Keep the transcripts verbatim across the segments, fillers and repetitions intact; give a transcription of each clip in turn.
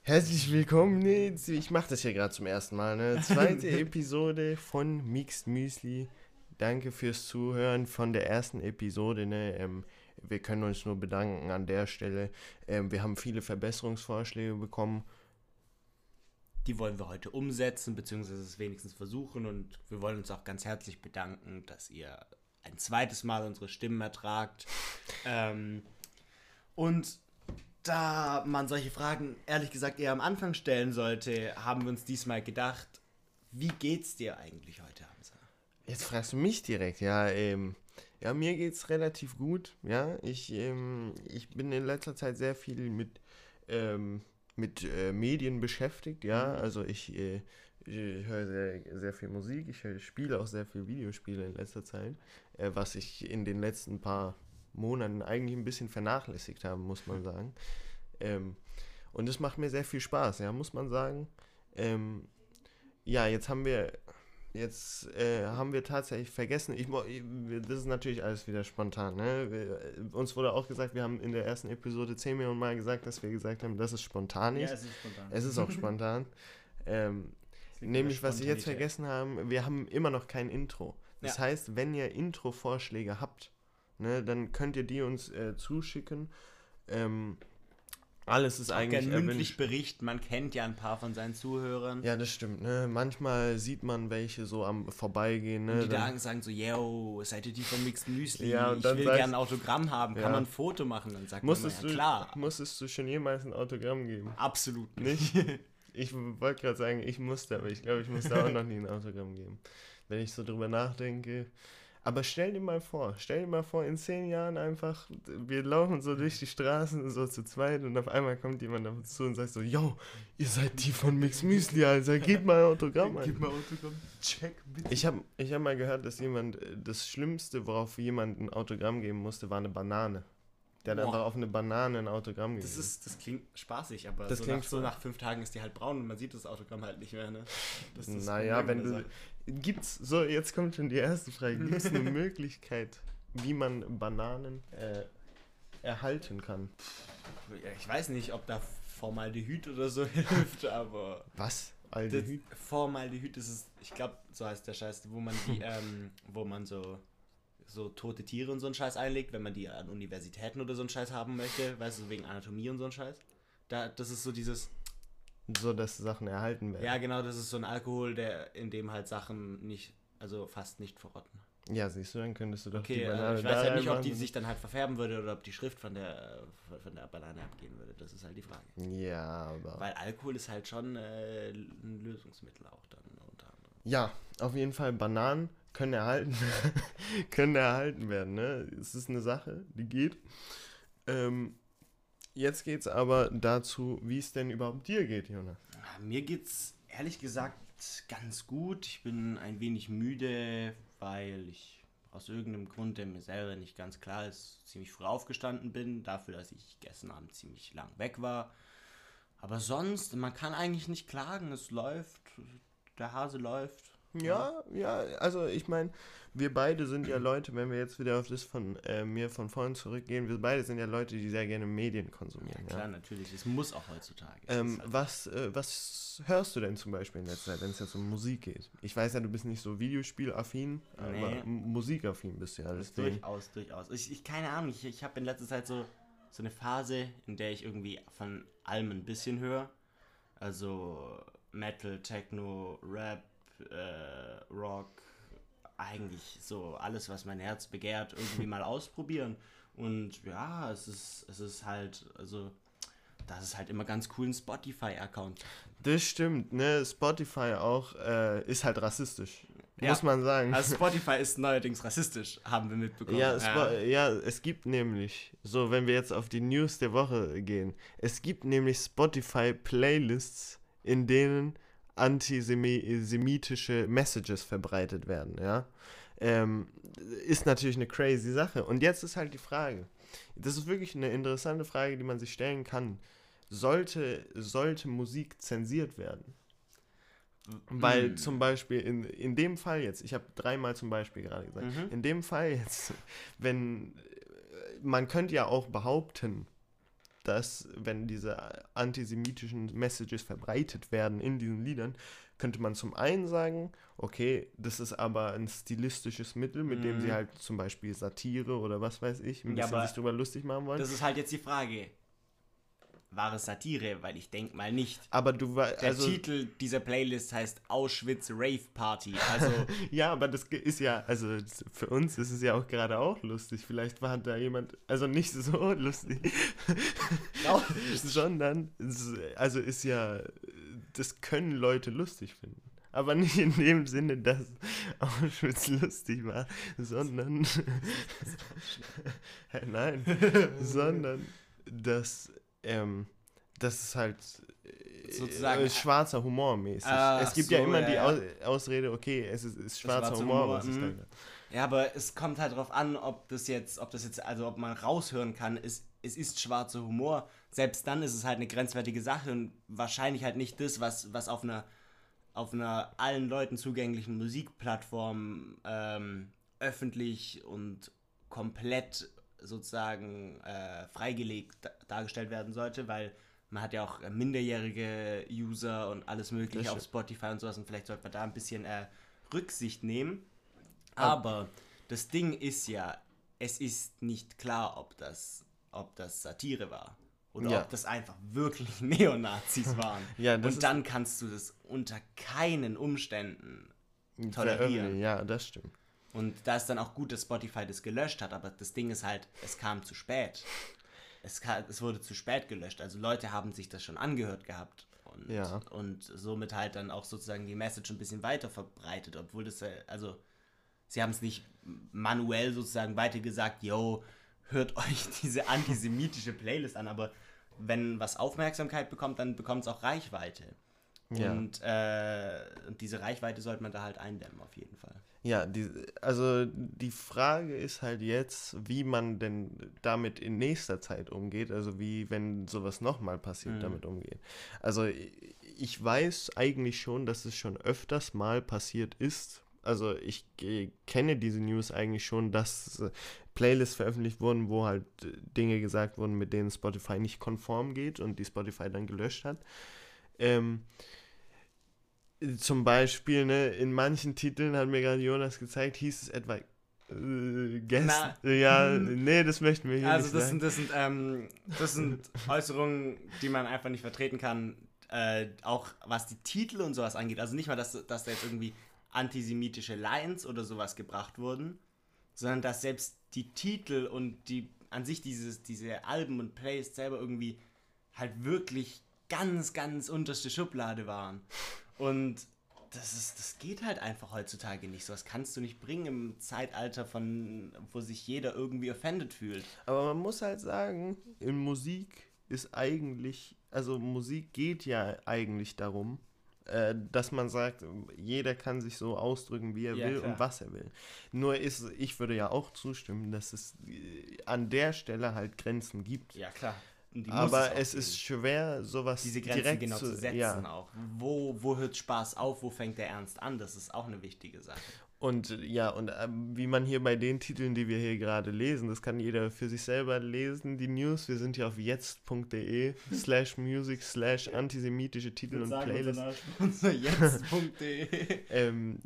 Herzlich willkommen, nee, ich mache das hier gerade zum ersten Mal, ne? Zweite Episode von Mixed Müsli. Danke fürs Zuhören von der ersten Episode, ne? Ähm, wir können uns nur bedanken an der Stelle. Ähm, wir haben viele Verbesserungsvorschläge bekommen. Die wollen wir heute umsetzen, beziehungsweise es wenigstens versuchen, und wir wollen uns auch ganz herzlich bedanken, dass ihr ein zweites Mal unsere Stimmen ertragt. ähm, und da man solche Fragen, ehrlich gesagt, eher am Anfang stellen sollte, haben wir uns diesmal gedacht, wie geht's dir eigentlich heute, Hamza? Jetzt fragst du mich direkt, ja, ähm, ja, mir geht's relativ gut, ja, ich, ähm, ich bin in letzter Zeit sehr viel mit, ähm, mit äh, Medien beschäftigt, ja, also ich, äh, ich höre sehr, sehr viel Musik, ich höre, spiele auch sehr viel Videospiele in letzter Zeit, äh, was ich in den letzten paar Monaten eigentlich ein bisschen vernachlässigt habe, muss man sagen. Ähm, und es macht mir sehr viel Spaß, ja, muss man sagen. Ähm, ja, jetzt haben wir jetzt äh, haben wir tatsächlich vergessen, ich, das ist natürlich alles wieder spontan, ne? Wir, uns wurde auch gesagt, wir haben in der ersten Episode zehn Millionen Mal gesagt, dass wir gesagt haben, dass es spontan ist. Ja, es ist spontan. Es ist auch spontan. ähm, nämlich, was wir jetzt vergessen haben, wir haben immer noch kein Intro. Das ja. heißt, wenn ihr Intro-Vorschläge habt, ne, dann könnt ihr die uns äh, zuschicken. Ähm, alles ist auch eigentlich gern mündlich berichten, man kennt ja ein paar von seinen Zuhörern. Ja, das stimmt, ne? Manchmal sieht man welche so am Vorbeigehen, ne? Und die dann sagen so, yo, seid ihr die von Mixed Müsli? Ja, ich will gerne ein Autogramm haben, kann ja. man ein Foto machen? Dann sagt musstest man, ja du, klar. Musstest du schon jemals ein Autogramm geben? Absolut nicht. nicht? Ich wollte gerade sagen, ich musste, aber ich glaube, ich musste auch noch nie ein Autogramm geben. Wenn ich so drüber nachdenke. Aber stell dir mal vor, stell dir mal vor, in zehn Jahren einfach, wir laufen so durch die Straßen so zu zweit und auf einmal kommt jemand auf uns zu und sagt so, yo, ihr seid die von Mixed Müsli, Alter, gebt mal ein Autogramm an. Gib mal Autogramm, check bitte. Ich habe ich hab mal gehört, dass jemand, das Schlimmste, worauf jemand ein Autogramm geben musste, war eine Banane. Der hat Boah. einfach auf eine Banane ein Autogramm gegeben. Das, ist, das klingt spaßig, aber das so, klingt nach, so nach fünf Tagen ist die halt braun und man sieht das Autogramm halt nicht mehr, ne? Das ist naja, wenn du... Gibt's, so jetzt kommt schon die erste Frage, gibt es eine Möglichkeit, wie man Bananen äh, erhalten kann? Ich weiß nicht, ob da Formaldehyd oder so hilft, aber... Was? Aldehyd? Formaldehyd ist es, ich glaube, so heißt der Scheiß, wo man die, ähm, wo man so... so tote Tiere und so einen Scheiß einlegt, wenn man die an Universitäten oder so einen Scheiß haben möchte, weißt du, wegen Anatomie und so einen Scheiß. Da, das ist so dieses... So, dass Sachen erhalten werden. Ja, genau, das ist so ein Alkohol, der in dem halt Sachen nicht, also fast nicht verrotten. Ja, siehst du, dann könntest du doch okay, die Banane äh, ich weiß halt nicht, ob die sich dann halt verfärben würde oder ob die Schrift von der, von der Banane abgehen würde. Das ist halt die Frage. Ja, aber... Weil Alkohol ist halt schon äh, ein Lösungsmittel auch dann unter anderem. Ja, auf jeden Fall Bananen können erhalten können erhalten werden, ne? Es ist eine Sache, die geht. Ähm, jetzt geht's aber dazu, wie es denn überhaupt dir geht, Jonas. Mir geht's ehrlich gesagt ganz gut. Ich bin ein wenig müde, weil ich aus irgendeinem Grund, der mir selber nicht ganz klar ist, ziemlich früh aufgestanden bin, dafür, dass ich gestern Abend ziemlich lang weg war. Aber sonst, man kann eigentlich nicht klagen, es läuft, der Hase läuft. Ja, ja, also ich meine, wir beide sind ja Leute, wenn wir jetzt wieder auf das von äh, mir von vorhin zurückgehen, wir beide sind ja Leute, die sehr gerne Medien konsumieren. Ja, klar, ja. Natürlich, es muss auch heutzutage. Ähm, halt was, äh, was hörst du denn zum Beispiel in letzter Zeit, wenn es jetzt um Musik geht? Ich weiß ja, du bist nicht so Videospielaffin, nee. aber M- musikaffin bist du ja. Deswegen. Durchaus, durchaus. Ich, ich keine Ahnung, ich, ich habe in letzter Zeit so, so eine Phase, in der ich irgendwie von allem ein bisschen höre. Also Metal, Techno, Rap, Äh, Rock, eigentlich so alles, was mein Herz begehrt, irgendwie mal ausprobieren. Und ja, es ist, es ist halt, also, das ist halt immer ganz cool, ein Spotify-Account. Das stimmt, ne? Spotify auch äh, ist halt rassistisch, ja. muss man sagen. Also Spotify ist neuerdings rassistisch, haben wir mitbekommen. Ja, Spo- ja. ja, es gibt nämlich, so wenn wir jetzt auf die News der Woche gehen, es gibt nämlich Spotify-Playlists, in denen antisemitische Messages verbreitet werden, ja, ähm, ist natürlich eine crazy Sache. Und jetzt ist halt die Frage, das ist wirklich eine interessante Frage, die man sich stellen kann, sollte, sollte Musik zensiert werden? Mhm. Weil zum Beispiel in, in dem Fall jetzt, ich habe dreimal zum Beispiel gerade gesagt, mhm. in dem Fall jetzt, wenn, man könnte ja auch behaupten, dass, wenn diese antisemitischen Messages verbreitet werden in diesen Liedern, könnte man zum einen sagen, okay, das ist aber ein stilistisches Mittel, mit Mhm. dem sie halt zum Beispiel Satire oder was weiß ich, ein Ja, bisschen aber sich drüber lustig machen wollen. Das ist halt jetzt die Frage. War es Satire? Weil ich denke mal nicht. Aber du war, Der also Titel dieser Playlist heißt Auschwitz Rave Party. Also, ja, aber das ge- ist ja, also das- für uns ist es ja auch gerade auch lustig. Vielleicht war da jemand, also nicht so lustig, sondern, es, also ist ja, das können Leute lustig finden. Aber nicht in dem Sinne, dass Auschwitz lustig war, sondern, nein, sondern, dass, ähm, das ist halt äh, Sozusagen- äh, schwarzer Humor mäßig. Ah, es gibt so, ja immer ja, die ja. Aus Ausrede, okay, es ist, ist schwarzer schwarze Humor, Humor, was ich mhm. sage. ja, aber es kommt halt drauf an, ob das jetzt, ob das jetzt, also ob man raushören kann, es, es ist schwarzer Humor. Selbst dann ist es halt eine grenzwertige Sache und wahrscheinlich halt nicht das, was, was auf einer auf einer allen Leuten zugänglichen Musikplattform ähm, öffentlich und komplett sozusagen äh, freigelegt da- dargestellt werden sollte, weil man hat ja auch äh, minderjährige User und alles mögliche Das auf stimmt. Spotify und sowas und vielleicht sollte man da ein bisschen äh, Rücksicht nehmen. Aber das Ding ist ja, es ist nicht klar, ob das, ob das Satire war. Oder Ja. ob das einfach wirklich Neonazis waren. Ja, das und ist- dann kannst du das unter keinen Umständen tolerieren. Veröffentlichen, ja, das stimmt. Und da ist dann auch gut, dass Spotify das gelöscht hat, aber das Ding ist halt, es kam zu spät. Es, ka- es wurde zu spät gelöscht. Also Leute haben sich das schon angehört gehabt. Und, Ja. und somit halt dann auch sozusagen die Message ein bisschen weiter verbreitet, obwohl das, äh, also sie haben es nicht manuell sozusagen weitergesagt, yo, hört euch diese antisemitische Playlist an, aber wenn was Aufmerksamkeit bekommt, dann bekommt es auch Reichweite. Ja. Und, äh, und diese Reichweite sollte man da halt eindämmen, auf jeden Fall. Ja, die, also die Frage ist halt jetzt, wie man denn damit in nächster Zeit umgeht, also wie, wenn sowas nochmal passiert, Mhm. damit umgeht. Also ich weiß eigentlich schon, dass es schon öfters mal passiert ist. Also ich äh, kenne diese News eigentlich schon, dass äh, Playlists veröffentlicht wurden, wo halt äh, Dinge gesagt wurden, mit denen Spotify nicht konform geht und die Spotify dann gelöscht hat. Ähm, Zum Beispiel, ne, in manchen Titeln, hat mir gerade Jonas gezeigt, hieß es etwa äh, gestern. Na. Ja, nee, das möchten wir hier Also nicht das sagen. sind, das sind, ähm, das sind Äußerungen, die man einfach nicht vertreten kann, äh, auch was die Titel und sowas angeht. Also nicht mal, dass, dass da jetzt irgendwie antisemitische Lines oder sowas gebracht wurden, sondern dass selbst die Titel und die an sich dieses, diese Alben und Playlists selber irgendwie halt wirklich ganz, ganz unterste Schublade waren. Und das ist, das geht halt einfach heutzutage nicht. So was kannst du nicht bringen im Zeitalter, von wo sich jeder irgendwie offended fühlt. Aber man muss halt sagen, in Musik ist eigentlich, also Musik geht ja eigentlich darum, äh, dass man sagt, jeder kann sich so ausdrücken, wie er Ja, will klar. und was er will. Nur ist, ich würde ja auch zustimmen, dass es äh, an der Stelle halt Grenzen gibt. Ja, klar. Und die muss Aber auch es geben. ist schwer, sowas diese Grenzen direkt genau zu setzen ja. auch. Wo, wo hört Spaß auf, wo fängt der Ernst an? Das ist auch eine wichtige Sache. Und äh, ja, und ähm, wie man hier bei den Titeln, die wir hier gerade lesen, das kann jeder für sich selber lesen, die News. Wir sind hier auf jetzt.de slash music slash antisemitische Titel und Playlists. jetzt punkt de. Ähm,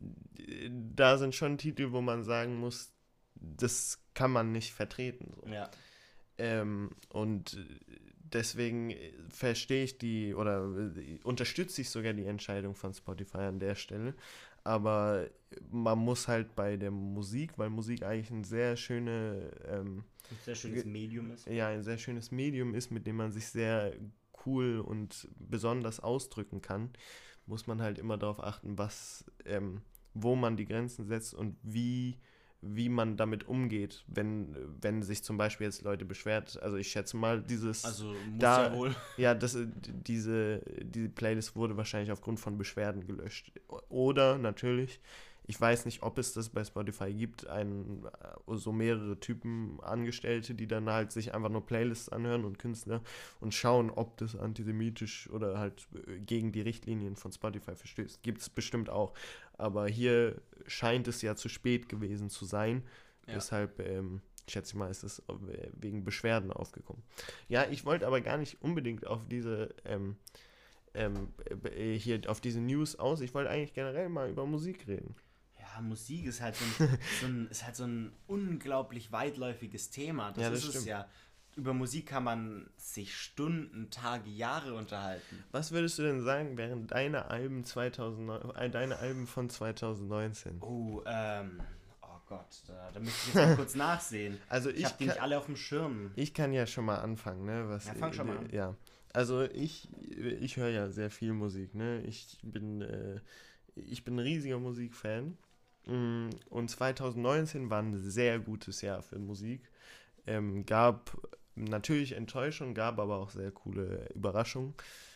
da sind schon Titel, wo man sagen muss, das kann man nicht vertreten. So. Ja. Ähm, und deswegen verstehe ich die oder äh, unterstütze ich sogar die Entscheidung von Spotify an der Stelle. Aber man muss halt bei der Musik, weil Musik eigentlich ein sehr schöne, ähm, Ein sehr schönes Medium ist. ja, ein sehr schönes Medium ist, mit dem man sich sehr cool und besonders ausdrücken kann, muss man halt immer darauf achten, was, ähm, wo man die Grenzen setzt und wie wie man damit umgeht, wenn, wenn sich zum Beispiel jetzt Leute beschwert. Also ich schätze mal, dieses... Also muss da, ja wohl. Ja, das, diese, diese Playlist wurde wahrscheinlich aufgrund von Beschwerden gelöscht. Oder natürlich, ich weiß nicht, ob es das bei Spotify gibt, ein, so mehrere Typen Angestellte, die dann halt sich einfach nur Playlists anhören und Künstler und schauen, ob das antisemitisch oder halt gegen die Richtlinien von Spotify verstößt. Gibt es bestimmt auch. Aber hier scheint es ja zu spät gewesen zu sein. Ja. Deshalb, ähm, schätze ich mal, ist es wegen Beschwerden aufgekommen. Ja, ich wollte aber gar nicht unbedingt auf diese, ähm, ähm, äh, hier auf diese News aus. Ich wollte eigentlich generell mal über Musik reden. Ja, Musik ist halt so ein, so ein, ist halt so ein unglaublich weitläufiges Thema. Das Ja, das ist es stimmt. ja. Über Musik kann man sich Stunden, Tage, Jahre unterhalten. Was würdest du denn sagen, wären deine Alben zweitausendneun, äh, deine Alben von zweitausendneunzehn? Oh, ähm, oh Gott, da, da müsste ich jetzt mal kurz nachsehen. Also Ich ich habe die kann, nicht alle auf dem Schirm. ich kann ja schon mal anfangen, ne? Was, Ja, fang schon mal an. äh, ja. Also ich, ich höre ja sehr viel Musik, ne? Ich bin, äh, ich bin ein riesiger Musikfan. Mm, Und zweitausendneunzehn war ein sehr gutes Jahr für Musik. Ähm, gab natürlich Enttäuschung, gab aber auch sehr coole Überraschungen.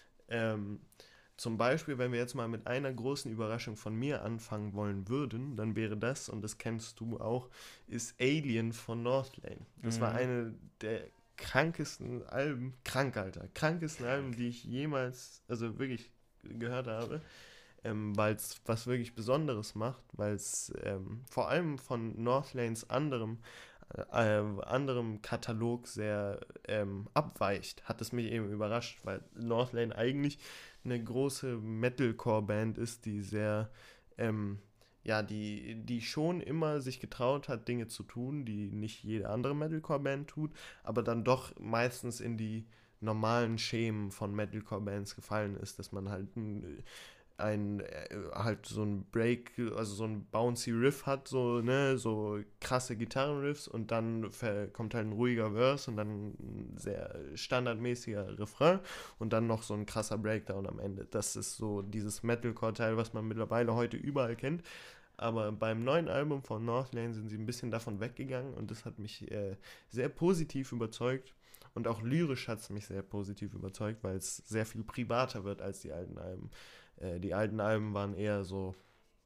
Ähm, Zum Beispiel, wenn wir jetzt mal mit einer großen Überraschung von mir anfangen wollen würden, dann wäre das, und das kennst du auch, ist Alien von Northlane. Das war Mhm. eine der krankesten Alben, krank, Alter, krankesten Alben, die ich jemals, also wirklich gehört habe, ähm, weil es was wirklich Besonderes macht, weil es ähm, vor allem von Northlanes anderem, äh, anderem Katalog sehr ähm, abweicht, hat es mich eben überrascht, weil Northlane eigentlich eine große Metalcore-Band ist, die sehr, ähm, ja, die, die schon immer sich getraut hat, Dinge zu tun, die nicht jede andere Metalcore-Band tut, aber dann doch meistens in die normalen Schemen von Metalcore-Bands gefallen ist, dass man halt ein, ein äh, halt so ein Break, also so ein bouncy Riff hat, so, ne, so krasse Gitarrenriffs und dann ver- kommt halt ein ruhiger Verse und dann ein sehr standardmäßiger Refrain und dann noch so ein krasser Breakdown am Ende. Das ist so dieses Metalcore-Teil, was man mittlerweile heute überall kennt. Aber beim neuen Album von Northlane sind sie ein bisschen davon weggegangen und das hat mich äh, sehr positiv überzeugt. Und auch lyrisch hat es mich sehr positiv überzeugt, weil es sehr viel privater wird als die alten Alben. Äh, die alten Alben waren eher so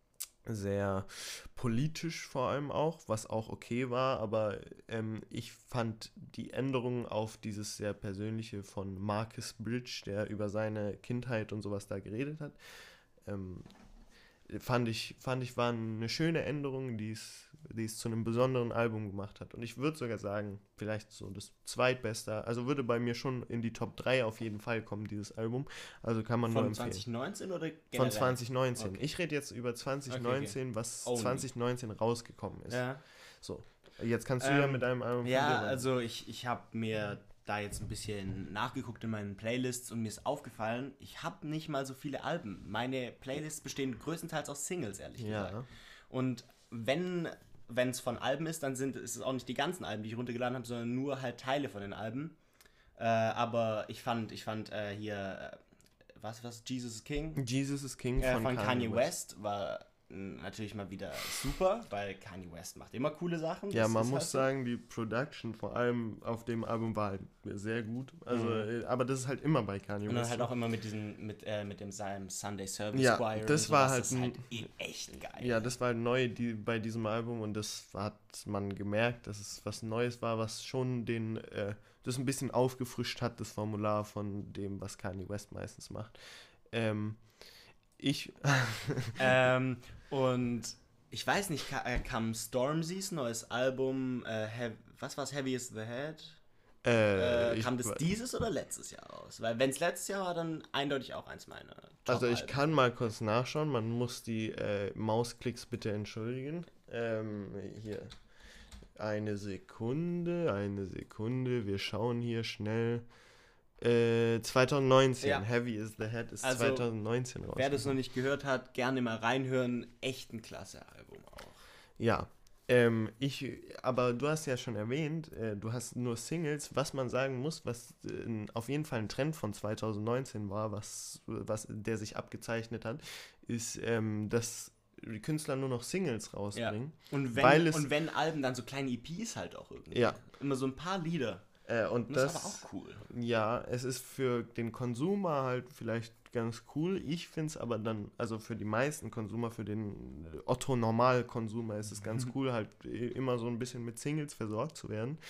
sehr politisch vor allem auch, was auch okay war, aber ähm, ich fand die Änderungen auf dieses sehr persönliche von Marcus Bridge, der über seine Kindheit und sowas da geredet hat, ähm, fand ich, fand ich, war eine schöne Änderung, die es, die es zu einem besonderen Album gemacht hat. Und ich würde sogar sagen, vielleicht so das zweitbeste, also würde bei mir schon in die Top drei auf jeden Fall kommen, dieses Album. Also kann man nur Von empfehlen. zwanzig neunzehn oder generell? Von zwanzig neunzehn. Okay. Ich rede jetzt über zwanzig neunzehn, Okay, okay. was Only. zwanzig neunzehn rausgekommen ist. Ja. So, jetzt kannst du ja Ähm, mit deinem Album von Ja, dir reden. also ich, ich habe mir da jetzt ein bisschen nachgeguckt in meinen Playlists und mir ist aufgefallen, ich habe nicht mal so viele Alben. Meine Playlists bestehen größtenteils aus Singles, ehrlich gesagt. Ja, Und wenn wenn es von Alben ist, dann sind ist es auch nicht die ganzen Alben, die ich runtergeladen habe, sondern nur halt Teile von den Alben. Äh, aber ich fand, ich fand äh, hier, äh, was, was, Jesus is King Jesus is King äh, von, von Kanye West war mh, natürlich mal wieder super, weil Kanye West macht immer coole Sachen. Ja, das man ist muss halt so. sagen, die Production vor allem auf dem Album war halt sehr gut. Also, Mhm. äh, aber das ist halt immer bei Kanye Und dann West. halt auch immer mit diesem, mit, äh, mit dem seinem Sunday Service Ja, Choir das und war sowas. halt Das ist ein- halt e- echt geil. Ja, das war halt neu die, bei diesem Album und das hat man gemerkt, dass es was Neues war, was schon den, äh, das ein bisschen aufgefrischt hat, das Formular von dem, was Kanye West meistens macht. Ähm, ich, Ähm, und ich weiß nicht, ka- äh, kam Stormzy's neues Album, äh, Hev- was war's, Heavy is the Head? äh, Äh, ich, kam das dieses oder letztes Jahr raus? Weil wenn es letztes Jahr war, dann eindeutig auch eins meiner also ich Top-Alben. kann mal kurz nachschauen, man muss die äh, Mausklicks bitte entschuldigen. Ähm, hier, eine Sekunde, eine Sekunde, wir schauen hier schnell. Äh, zwanzig neunzehn, Ja. Heavy is the Head ist Also, zwanzig neunzehn raus. Wer das noch nicht gehört hat, gerne mal reinhören. Echt ein klasse Album auch. Ja, ähm, ich, aber du hast ja schon erwähnt, äh, du hast nur Singles. Was man sagen muss, was äh, auf jeden Fall ein Trend von zwanzig neunzehn war, was, was der sich abgezeichnet hat, ist, ähm, dass die Künstler nur noch Singles rausbringen. Und Weil wenn, es- und wenn Alben, dann so kleine E Ps halt auch irgendwie. Ja. Immer so ein paar Lieder. Äh, und Und das, das, ist aber auch cool. ja, es ist für den Konsumer halt vielleicht ganz cool. Ich finde es aber dann, also für die meisten Konsumer, für den Otto-Normal-Konsumer ist es ganz cool, halt i- immer so ein bisschen mit Singles versorgt zu werden.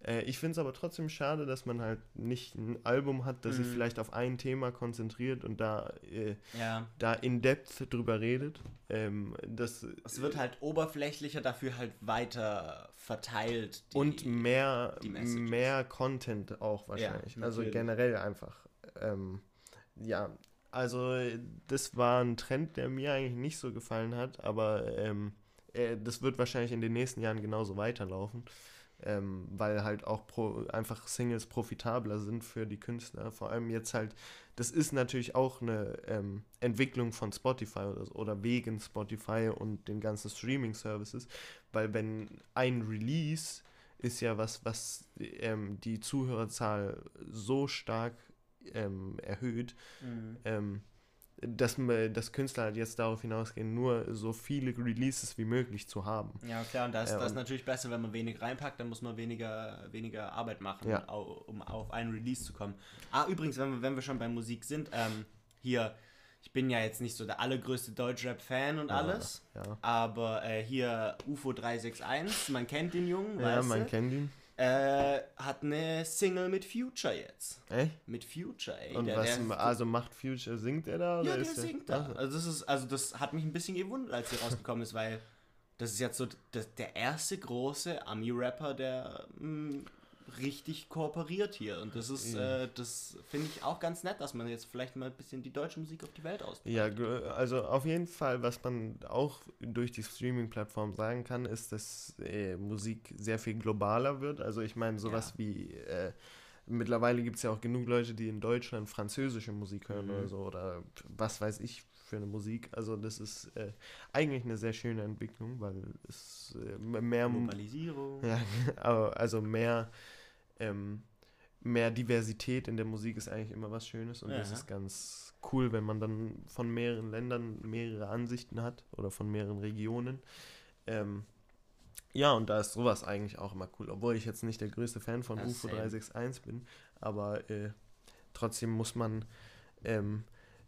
Äh, ich finde es aber trotzdem schade, dass man halt nicht ein Album hat, das Mhm. sich vielleicht auf ein Thema konzentriert und da, äh, Ja. da in Depth drüber redet. Ähm, das, Es wird halt oberflächlicher, dafür halt weiter verteilt. Die, und mehr, die Messages. mehr Content auch wahrscheinlich. Ja, also natürlich. generell einfach. Ähm, ja, also das war ein Trend, der mir eigentlich nicht so gefallen hat, aber ähm, äh, das wird wahrscheinlich in den nächsten Jahren genauso weiterlaufen, ähm, weil halt auch pro, einfach Singles profitabler sind für die Künstler. Vor allem jetzt halt, das ist natürlich auch eine ähm, Entwicklung von Spotify oder, so, oder wegen Spotify und den ganzen Streaming-Services, weil wenn ein Release ist ja was, was ähm, die Zuhörerzahl so stark ähm, erhöht, Mhm. ähm, dass, dass Künstler halt jetzt darauf hinausgehen, nur so viele Releases wie möglich zu haben. Ja, klar, und das, Äh, das ist und- natürlich besser, wenn man wenig reinpackt, dann muss man weniger, weniger Arbeit machen, Ja. au- um auf einen Release zu kommen. Ah, übrigens, wenn wir, wenn wir schon bei Musik sind, ähm, hier, ich bin ja jetzt nicht so der allergrößte Deutschrap-Fan und Ja, alles, ja. aber äh, hier U F O drei sechs eins, man kennt den Jungen, Ja, weißt man du? kennt ihn. Äh, hat eine Single mit Future jetzt. Echt? Mit Future, ey. Und der, was, der, also macht Future, singt er da? ja, Oder der ist singt da. Ach, Also das ist, also das hat mich ein bisschen gewundert, als sie rausgekommen ist, weil das ist jetzt so das, der erste große Ami-Rapper, der mh, richtig kooperiert hier. Und das ist, äh, das finde ich auch ganz nett, dass man jetzt vielleicht mal ein bisschen die deutsche Musik auf die Welt ausbreitet. Ja, gl- also auf jeden Fall, was man auch durch die Streaming-Plattform sagen kann, ist, dass äh, Musik sehr viel globaler wird. Also ich meine, sowas Ja. wie, äh, mittlerweile gibt es ja auch genug Leute, die in Deutschland französische Musik hören Mhm. oder so, oder was weiß ich für eine Musik. Also das ist äh, eigentlich eine sehr schöne Entwicklung, weil es äh, mehr... Globalisierung. Ja, aber also mehr, ähm, mehr Diversität in der Musik ist eigentlich immer was Schönes und das Ja. ist ganz cool, wenn man dann von mehreren Ländern mehrere Ansichten hat oder von mehreren Regionen. Ähm, ja, und da ist sowas eigentlich auch immer cool, obwohl ich jetzt nicht der größte Fan von Ja, U F O same. drei sechs eins bin, aber äh, trotzdem muss man ähm,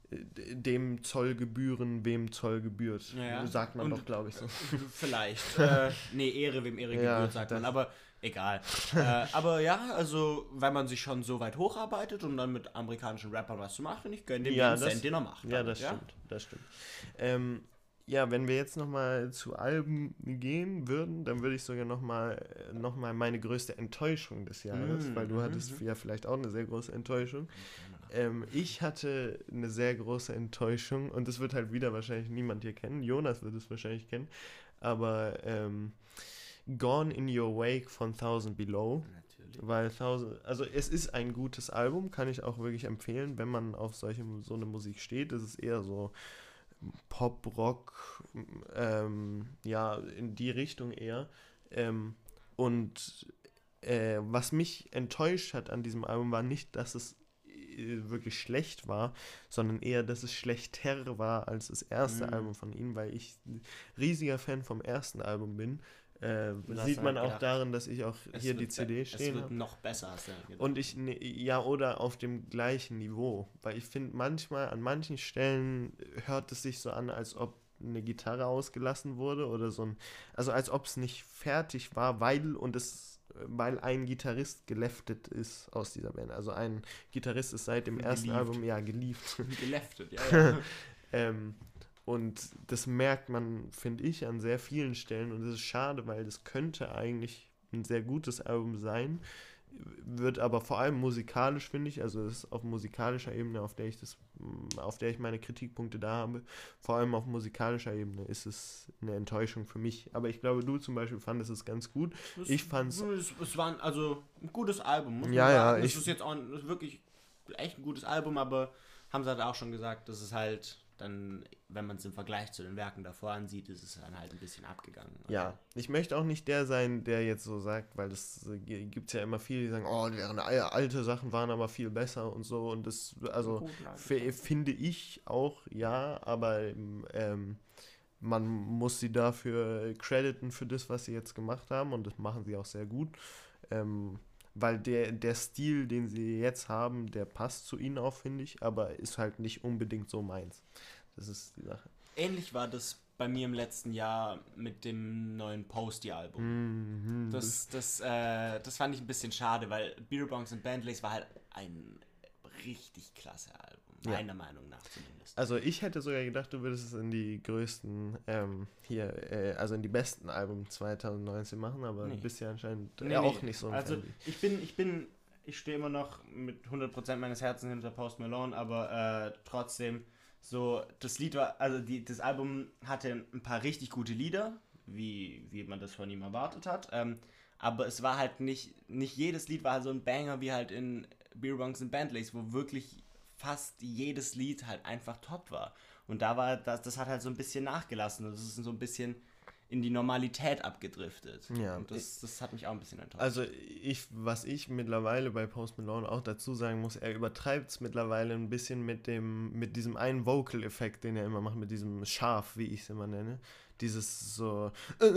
d- dem Zoll gebühren, wem Zoll gebührt. Ja, ja. Sagt man Und- doch, glaube ich, so. Vielleicht. äh, nee, Ehre, wem Ehre gebührt, Ja, sagt das- man. Aber egal. äh, aber ja, also, wenn man sich schon so weit hocharbeitet, um dann mit amerikanischen Rappern was zu machen, ich gönne dem Ja, jeden das- Cent, den er macht. Ja, damit, das stimmt, das stimmt. Ähm, ja, wenn wir jetzt nochmal zu Alben gehen würden, dann würde ich sogar nochmal noch mal meine größte Enttäuschung des Jahres, Mm, weil du mhm, hattest mhm. ja vielleicht auch eine sehr große Enttäuschung. Ähm, ich hatte eine sehr große Enttäuschung und das wird halt wieder wahrscheinlich niemand hier kennen. Jonas wird es wahrscheinlich kennen, aber ähm, Gone in Your Wake von Thousand Below. Natürlich. Weil Thousand, also es ist ein gutes Album, kann ich auch wirklich empfehlen, wenn man auf solche so eine Musik steht. Es ist eher so Pop, Rock, ähm, ja, in die Richtung eher. Ähm, und äh, was mich enttäuscht hat an diesem Album war nicht, dass es äh, wirklich schlecht war, sondern eher, dass es schlechter war als das erste Mhm. Album von ihnen, weil ich ein riesiger Fan vom ersten Album bin. Äh, Du hast sieht man halt auch gedacht, darin, dass ich auch Es hier wird die be- C D Es stehen wird habe. noch besser, hast du ja gedacht. Und ich, ne, ja, oder auf dem gleichen Niveau. Weil ich finde, manchmal, an manchen Stellen hört es sich so an, als ob eine Gitarre ausgelassen wurde oder so ein, also als ob es nicht fertig war, weil und es, weil ein Gitarrist geleftet ist aus dieser Band. Also ein Gitarrist ist seit dem ersten Gelieft. Album ja gelieft. Geleftet, ja, ja. ähm, und das merkt man, finde ich, an sehr vielen Stellen und das ist schade, weil das könnte eigentlich ein sehr gutes Album sein, wird aber vor allem musikalisch, finde ich, also das ist auf musikalischer Ebene, auf der ich das, auf der ich meine Kritikpunkte da habe, vor allem auf musikalischer Ebene ist es eine Enttäuschung für mich. Aber ich glaube, du zum Beispiel fandest es ganz gut. Es- Ich fand's- Es, es war ein- also ein gutes Album, muss man Ja, ja, sagen. Es ich- ist jetzt auch ein, es ist wirklich echt ein gutes Album, aber haben sie halt auch schon gesagt, dass es halt dann, wenn man es im Vergleich zu den Werken davor ansieht, ist es dann halt ein bisschen abgegangen. Ja, ich möchte auch nicht der sein, der jetzt so sagt, weil das äh, gibt es ja immer viele, die sagen, oh, deren al- alte Sachen waren aber viel besser und so und das, also Gut, nein. f- finde ich auch, ja, aber ähm, man muss sie dafür crediten für das, was sie jetzt gemacht haben und das machen sie auch sehr gut, ähm, weil der, der Stil, den sie jetzt haben, der passt zu ihnen auch, finde ich, aber ist halt nicht unbedingt so meins. Das ist die Sache. Ähnlich war das bei mir im letzten Jahr mit dem neuen Posty-Album. Mhm, Das, das, äh, das fand ich ein bisschen schade, weil Beer Bongs and Bentleys war halt ein richtig klasse Album, meiner ja. Meinung nach zumindest. Also ich hätte sogar gedacht, du würdest es in die größten, ähm, hier, äh, also in die besten Alben zwanzig neunzehn machen, aber nee. bist ja anscheinend nee, ja, nee. auch nicht so ein Also Fan. ich bin, ich bin, ich stehe immer noch mit hundert Prozent meines Herzens hinter Post Malone, aber äh, trotzdem, so, das Lied war, also die, das Album hatte ein paar richtig gute Lieder, wie, wie man das von ihm erwartet hat, ähm, aber es war halt nicht, nicht jedes Lied war halt so ein Banger wie halt in Beer Bongs and Bentleys, wo wirklich fast jedes Lied halt einfach top war. Und da war, das, das hat halt so ein bisschen nachgelassen und das ist so ein bisschen in die Normalität abgedriftet. Ja. Und das, das hat mich auch ein bisschen enttäuscht. Also ich, was ich mittlerweile bei Post Malone auch dazu sagen muss, er übertreibt es mittlerweile ein bisschen mit dem, mit diesem einen Vocal-Effekt, den er immer macht, mit diesem Scharf, wie ich es immer nenne. Dieses so,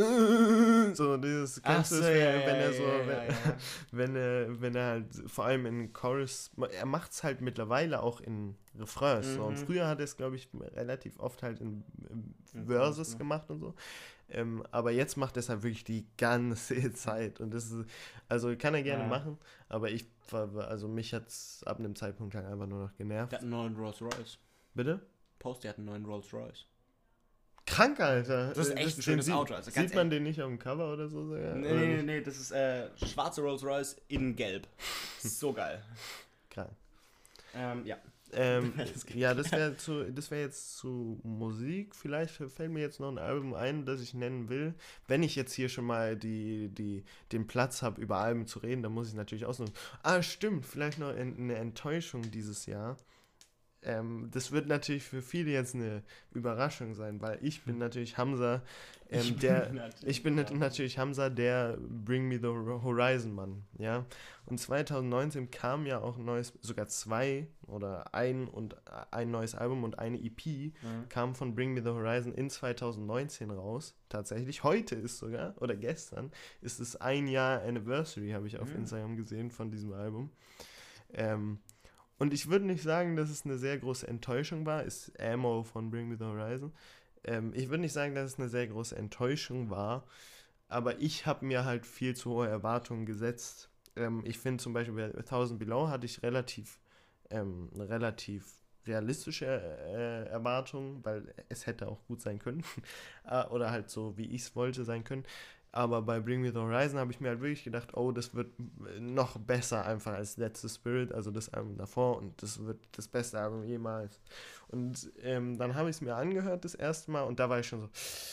so dieses, kennst du so, das, ja, wenn, ja, wenn er ja, so, ja, wenn, ja, ja. wenn er, wenn er halt, vor allem in Chorus, er macht es halt mittlerweile auch in Refrains, mhm. so. Und früher hat er es, glaube ich, relativ oft halt in, in Verses mhm. gemacht und so. Ähm, aber jetzt macht er es halt wirklich die ganze Zeit und das ist, also kann er gerne ja. machen, aber ich, also mich hat es ab einem Zeitpunkt halt einfach nur noch genervt. Der hat einen neuen Rolls Royce. Bitte? Post, der hat einen neuen Rolls Royce. Krank, Alter. Das ist echt das, ein schönes sieht, Auto. Also sieht man den nicht auf dem Cover oder so? Ja? Nee, nee, nee, nee, das ist äh, schwarze Rolls Royce in gelb. So geil. Krank. Ähm, ja. Ähm, ja, das wäre zu, das wäre jetzt zu Musik. Vielleicht fällt mir jetzt noch ein Album ein, das ich nennen will. Wenn ich jetzt hier schon mal die, die, den Platz habe, über Alben zu reden, dann muss ich natürlich ausnutzen. Ah, stimmt, vielleicht noch eine Enttäuschung dieses Jahr. Ähm, das wird natürlich für viele jetzt eine Überraschung sein, weil ich bin natürlich Hamza, ähm, ich der, bin ich bin nat- natürlich Hamza, der Bring Me the Horizon Mann, ja. Und zwanzig neunzehn kam ja auch ein neues, sogar zwei oder ein und ein neues Album und eine E P mhm. kam von Bring Me the Horizon in zwanzig neunzehn raus. Tatsächlich, heute ist sogar, oder gestern, ist es ein Jahr Anniversary, habe ich auf mhm. Instagram gesehen von diesem Album. Ähm, Und ich würde nicht sagen, dass es eine sehr große Enttäuschung war. Ist Ammo von Bring Me the Horizon. Ähm, ich würde nicht sagen, dass es eine sehr große Enttäuschung war. Aber ich habe mir halt viel zu hohe Erwartungen gesetzt. Ähm, ich finde zum Beispiel bei Thousand Below hatte ich relativ, ähm, eine relativ realistische äh, Erwartung, weil es hätte auch gut sein können. Oder halt so, wie ich es wollte, sein können. Aber bei Bring Me the Horizon habe ich mir halt wirklich gedacht, oh, das wird noch besser einfach als That's the Spirit, also das Album davor, und das wird das beste Album jemals. Und ähm, dann habe ich es mir angehört das erste Mal und da war ich schon so,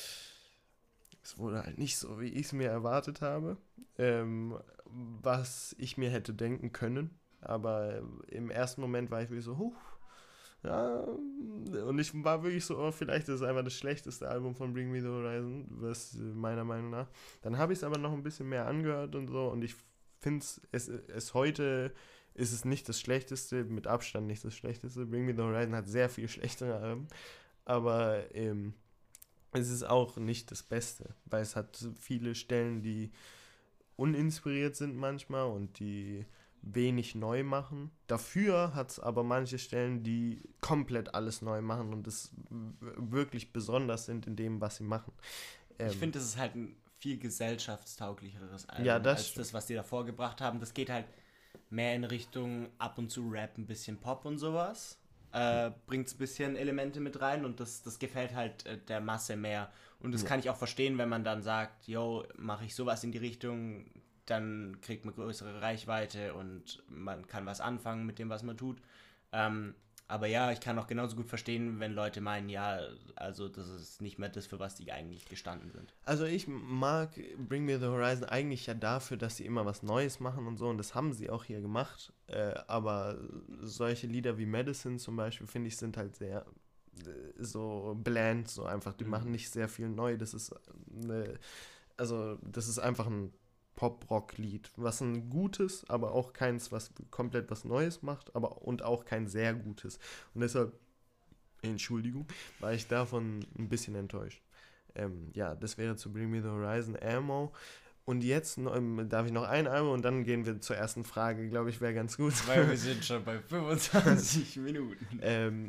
es wurde halt nicht so, wie ich es mir erwartet habe, ähm, was ich mir hätte denken können. Aber im ersten Moment war ich wirklich so, huh, ja, und ich war wirklich so, oh, vielleicht ist es einfach das schlechteste Album von Bring Me the Horizon, was meiner Meinung nach. Dann habe ich es aber noch ein bisschen mehr angehört und so und ich finde es, es heute ist es nicht das schlechteste, mit Abstand nicht das schlechteste. Bring Me the Horizon hat sehr viel schlechtere Alben, aber ähm, es ist auch nicht das Beste, weil es hat viele Stellen, die uninspiriert sind manchmal und die wenig neu machen. Dafür hat es aber manche Stellen, die komplett alles neu machen und es wirklich besonders sind in dem, was sie machen. Ähm, ich finde, das ist halt ein viel gesellschaftstauglicheres Album ja, das als das, was die davor gebracht haben. Das geht halt mehr in Richtung ab und zu Rap, ein bisschen Pop und sowas. Äh, bringt ein bisschen Elemente mit rein und das, das gefällt halt äh, der Masse mehr. Und das ja. kann ich auch verstehen, wenn man dann sagt, yo, mache ich sowas in die Richtung, dann kriegt man größere Reichweite und man kann was anfangen mit dem, was man tut. Ähm, aber ja, ich kann auch genauso gut verstehen, wenn Leute meinen, ja, also das ist nicht mehr das, für was die eigentlich gestanden sind. Also ich mag Bring Me the Horizon eigentlich ja dafür, dass sie immer was Neues machen und so, und das haben sie auch hier gemacht. Äh, aber solche Lieder wie Medicine zum Beispiel, finde ich, sind halt sehr äh, so bland, so einfach. Die mhm. machen nicht sehr viel neu. Das ist eine, also das ist einfach ein Pop-Rock-Lied, was ein gutes, aber auch keins, was komplett was Neues macht, aber und auch kein sehr gutes. Und deshalb, Entschuldigung, war ich davon ein bisschen enttäuscht. Ähm, ja, das wäre zu Bring Me the Horizon. Ammo Und jetzt noch, ähm, darf ich noch ein Album und dann gehen wir zur ersten Frage, glaube ich, wäre ganz gut. Weil wir sind schon bei fünfundzwanzig Minuten. Ähm,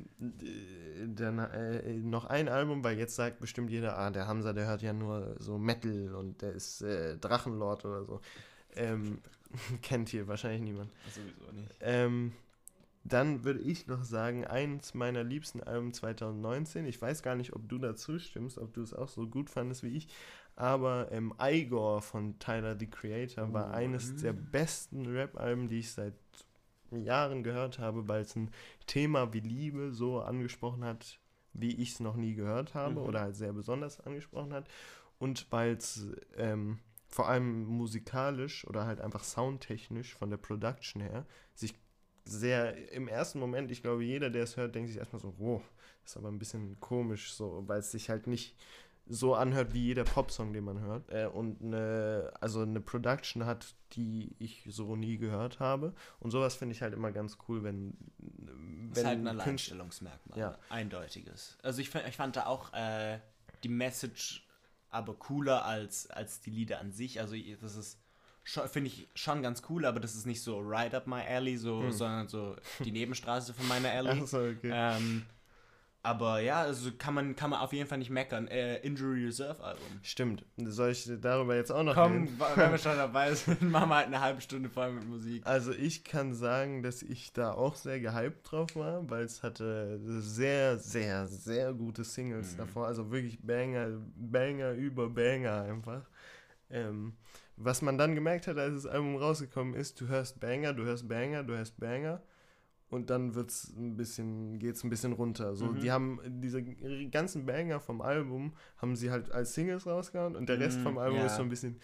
dann äh, noch ein Album, weil jetzt sagt bestimmt jeder, ah, der Hamza, der hört ja nur so Metal und der ist äh, Drachenlord oder so. Ähm, kennt hier wahrscheinlich niemand. Sowieso nicht. Ähm, dann würde ich noch sagen, eins meiner liebsten Alben zwanzig neunzehn, ich weiß gar nicht, ob du dazu stimmst, ob du es auch so gut fandest wie ich, aber ähm, Igor von Tyler, the Creator, war Oh, eines mm. der besten Rap-Alben, die ich seit Jahren gehört habe, weil es ein Thema wie Liebe so angesprochen hat, wie ich es noch nie gehört habe, Mhm. oder halt sehr besonders angesprochen hat, und weil es ähm, vor allem musikalisch oder halt einfach soundtechnisch von der Production her sich sehr, im ersten Moment, ich glaube, jeder, der es hört, denkt sich erstmal so, wow, das ist aber ein bisschen komisch, so, weil es sich halt nicht so anhört wie jeder Popsong, den man hört. Äh, und eine, also eine Production hat, die ich so nie gehört habe. Und sowas finde ich halt immer ganz cool, wenn, wenn Das ist halt ein Künstler- Alleinstellungsmerkmal. Ja. Eindeutiges. Also ich, find- ich fand da auch äh, die Message aber cooler als, als die Lieder an sich. Also ich- das ist, finde ich, schon ganz cool, aber das ist nicht so right up my alley, so, Hm. sondern so die Nebenstraße von meiner alley. Ach so, okay. Ähm, aber ja, also kann man, kann man auf jeden Fall nicht meckern. Äh, Injury Reserve Album. Stimmt. Soll ich darüber jetzt auch noch Komm, reden? wenn wir schon dabei sind, machen wir halt eine halbe Stunde voll mit Musik. Also ich kann sagen, dass ich da auch sehr gehypt drauf war, weil es hatte sehr, sehr, sehr gute Singles Mhm. davor. Also wirklich Banger, Banger über Banger einfach. Ähm, was man dann gemerkt hat, als das Album rausgekommen ist, du hörst Banger, du hörst Banger, du hörst Banger und dann wird's ein bisschen, geht's ein bisschen runter. So, Mhm. die haben diese ganzen Banger vom Album haben sie halt als Singles rausgehauen und der Rest Mhm, vom Album ja. ist so ein bisschen,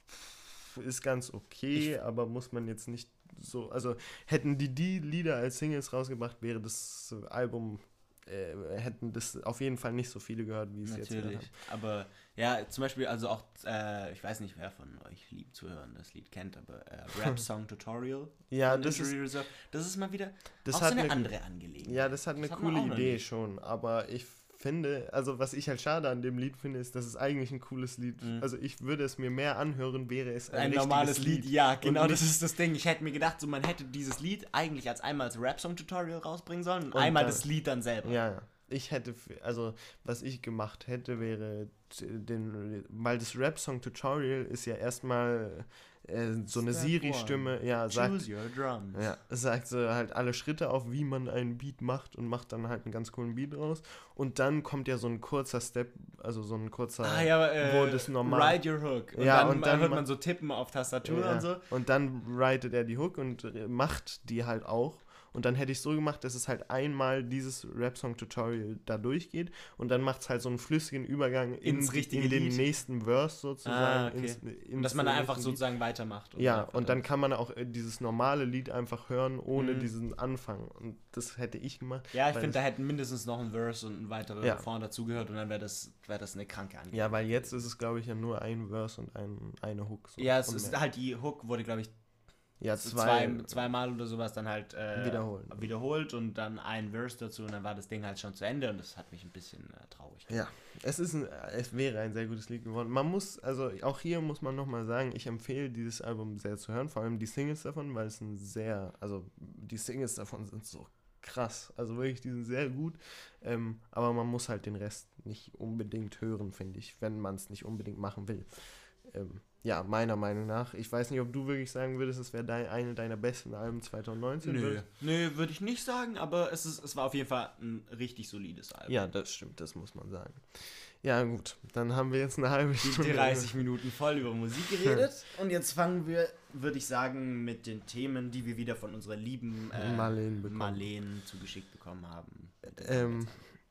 ist ganz okay, aber muss man jetzt nicht so, also hätten die die Lieder als Singles rausgebracht, wäre das Album, äh, hätten das auf jeden Fall nicht so viele gehört, wie es jetzt gehört haben. Natürlich, aber ja, zum Beispiel, also auch, äh, ich weiß nicht, wer von euch lieb zuhören das Lied kennt, aber äh, Rap Song Tutorial. Ja, von das Injury ist, Reserve, das ist mal wieder das auch hat so eine eine, andere Angelegenheit. ja, das hat eine Das hat man coole auch noch Idee nicht. schon, aber ich finde, also was ich halt schade an dem Lied finde, ist, dass es eigentlich ein cooles Lied, Mhm. also ich würde es mir mehr anhören, wäre es ein, Ein richtiges normales Lied, ja, genau, Und das ist das Ding. Ich hätte mir gedacht, so man hätte dieses Lied eigentlich als einmal als Rap-Song-Tutorial rausbringen sollen und, Und einmal dann- das Lied dann selber. Ja, ja. Ich hätte, f- also was ich gemacht hätte, wäre t- den, weil das Rap-Song-Tutorial ist ja erstmal äh, so eine Step Siri-Stimme, ja, sagt, Choose your drums. ja, sagt so halt alle Schritte auf, wie man einen Beat macht und macht dann halt einen ganz coolen Beat raus. Und dann kommt ja so ein kurzer Step, also so ein kurzer, Ah ja, äh, wo das normal, Ride your hook. Und Ja, dann, und dann hört ma- man so tippen auf Tastatur ja, und so. und dann writet er die Hook und äh, macht die halt auch. Und dann hätte ich so gemacht, dass es halt einmal dieses Rap-Song-Tutorial da durchgeht und dann macht es halt so einen flüssigen Übergang in, Ins richtige in den Lied. nächsten Verse sozusagen. Ah, okay. ins, Und ins dass man da einfach richtige Lied. sozusagen weitermacht. Ja, einfach und dann kann man auch äh, dieses normale Lied einfach hören, ohne Mhm. diesen Anfang. Und das hätte ich gemacht. Ja, ich weil finde, es- da hätten mindestens noch ein Verse und ein weiterer Ja. Refrain dazugehört und dann wäre das, wär das eine kranke Angelegenheit. Ja, weil jetzt ist es, glaube ich, ja nur ein Verse und ein, eine Hook. So. Ja, es Und ist mehr. halt die Hook wurde, glaube ich, ja, zwei, zwei, zweimal oder sowas dann halt äh, Wiederholen. wiederholt und dann ein Verse dazu und dann war das Ding halt schon zu Ende und das hat mich ein bisschen äh, traurig gemacht. Ja, es ist ein, es wäre ein sehr gutes Lied geworden. Man muss, also auch hier muss man nochmal sagen, ich empfehle dieses Album sehr zu hören, vor allem die Singles davon, weil es ein sehr, also die Singles davon sind so krass, also wirklich, die sind sehr gut, ähm, aber man muss halt den Rest nicht unbedingt hören, finde ich, wenn man es nicht unbedingt machen will. Ähm, ja, meiner Meinung nach. Ich weiß nicht, ob du wirklich sagen würdest, es wäre dein, eine deiner besten Alben zwanzig neunzehn. Nö, würdest- nö würde ich nicht sagen, aber es, ist, es war auf jeden Fall ein richtig solides Album. Ja, das stimmt, das muss man sagen. Ja, gut, dann haben wir jetzt eine halbe Die Stunde. dreißig Minuten voll über Musik geredet. Und jetzt fangen wir, würde ich sagen, mit den Themen, die wir wieder von unserer lieben äh, Marlene bekommen. Marlene zugeschickt bekommen haben. Ähm,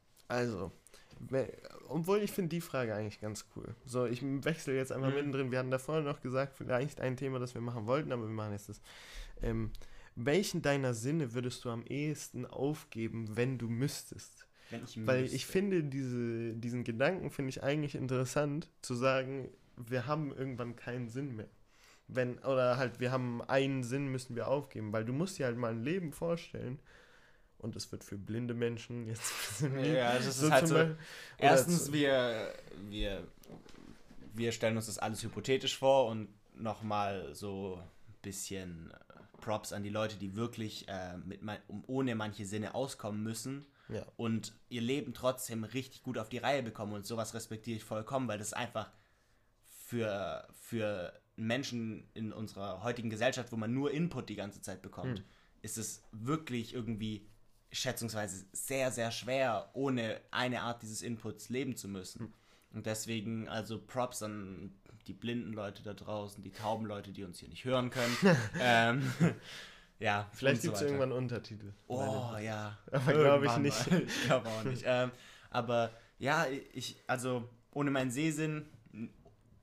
also, we- obwohl ich finde die Frage eigentlich ganz cool. So, ich wechsle jetzt einfach Mhm. mittendrin. Wir hatten davor noch gesagt, vielleicht ein Thema, das wir machen wollten, aber wir machen jetzt das. Ähm, welchen deiner Sinne würdest du am ehesten aufgeben, wenn du müsstest? Wenn ich Weil müsste. ich finde, diese, diesen Gedanken finde ich eigentlich interessant, zu sagen, wir haben irgendwann keinen Sinn mehr. Wenn, oder halt, wir haben einen Sinn, müssen wir aufgeben, weil du musst dir halt mal ein Leben vorstellen, und das wird für blinde Menschen jetzt ein bisschen Ja, das ist so halt zum so. Beispiel- oder Erstens, zu- wir, wir wir stellen uns das alles hypothetisch vor und nochmal so ein bisschen Props an die Leute, die wirklich äh, mit man- um, ohne manche Sinne auskommen müssen Ja. und ihr Leben trotzdem richtig gut auf die Reihe bekommen, und sowas respektiere ich vollkommen, weil das einfach für, für Menschen in unserer heutigen Gesellschaft, wo man nur Input die ganze Zeit bekommt, Hm. ist es wirklich irgendwie schätzungsweise sehr, sehr schwer, ohne eine Art dieses Inputs leben zu müssen. Hm. Und deswegen also Props an die blinden Leute da draußen, die tauben Leute, die uns hier nicht hören können. ähm, ja, Vielleicht und so gibt es weiter. irgendwann Untertitel. Oh, ja. Aber glaube ich Irgendwann nicht. mal. Ich glaube auch nicht. Ähm, aber ja, ich, also ohne meinen Sehsinn n-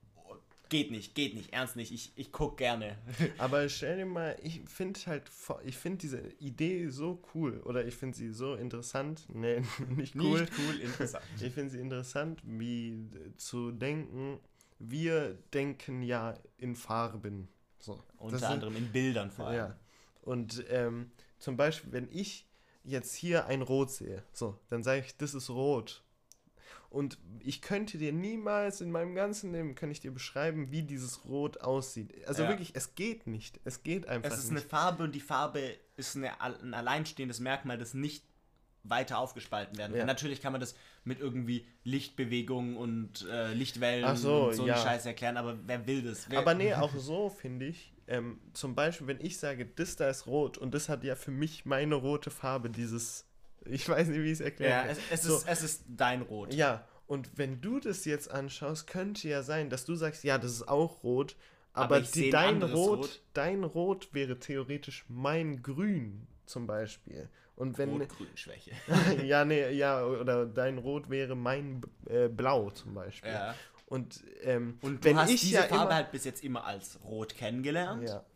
geht nicht, geht nicht, ernst nicht. Ich, ich gucke gerne. Aber stell dir mal, ich finde halt, vo- ich finde diese Idee so cool oder ich finde sie so interessant. Nee, nicht cool. Nicht cool, interessant. Ich finde sie interessant, wie äh, zu denken, wir denken ja in Farben. So. Das Unter sind- anderem in Bildern vor allem. Ja. Und ähm, zum Beispiel, wenn ich jetzt hier ein Rot sehe, so, dann sage ich, das ist rot. Und ich könnte dir niemals in meinem ganzen Leben, kann ich dir beschreiben, wie dieses Rot aussieht. Also Ja. wirklich, es geht nicht. Es geht einfach Es ist eine nicht. Farbe und die Farbe ist eine, ein alleinstehendes Merkmal, das nicht weiter aufgespalten werden kann. Ja. Natürlich kann man das mit irgendwie Lichtbewegungen und äh, Lichtwellen Ach so, und so ja. einen Scheiß erklären, aber wer will das? Wer, Aber nee, auch so finde ich, ähm, zum Beispiel, wenn ich sage, das da ist rot und das hat ja für mich meine rote Farbe, dieses, ich weiß nicht, wie ich es erklären ja, kann. es, es, So. ist, es ist dein Rot. Ja, und wenn du das jetzt anschaust, könnte ja sein, dass du sagst, ja, das ist auch rot, aber, Aber ich die, sehe ein dein anderes Rot, Rot. dein Rot wäre theoretisch mein Grün zum Beispiel. Und wenn, Rot-Grün-Schwäche. ja, nee, ja, oder dein Rot wäre mein äh, Blau zum Beispiel. Ja. Und, ähm, Und du wenn hast ich diese ja Farbe immer, halt bis jetzt immer als Rot kennengelernt. ja,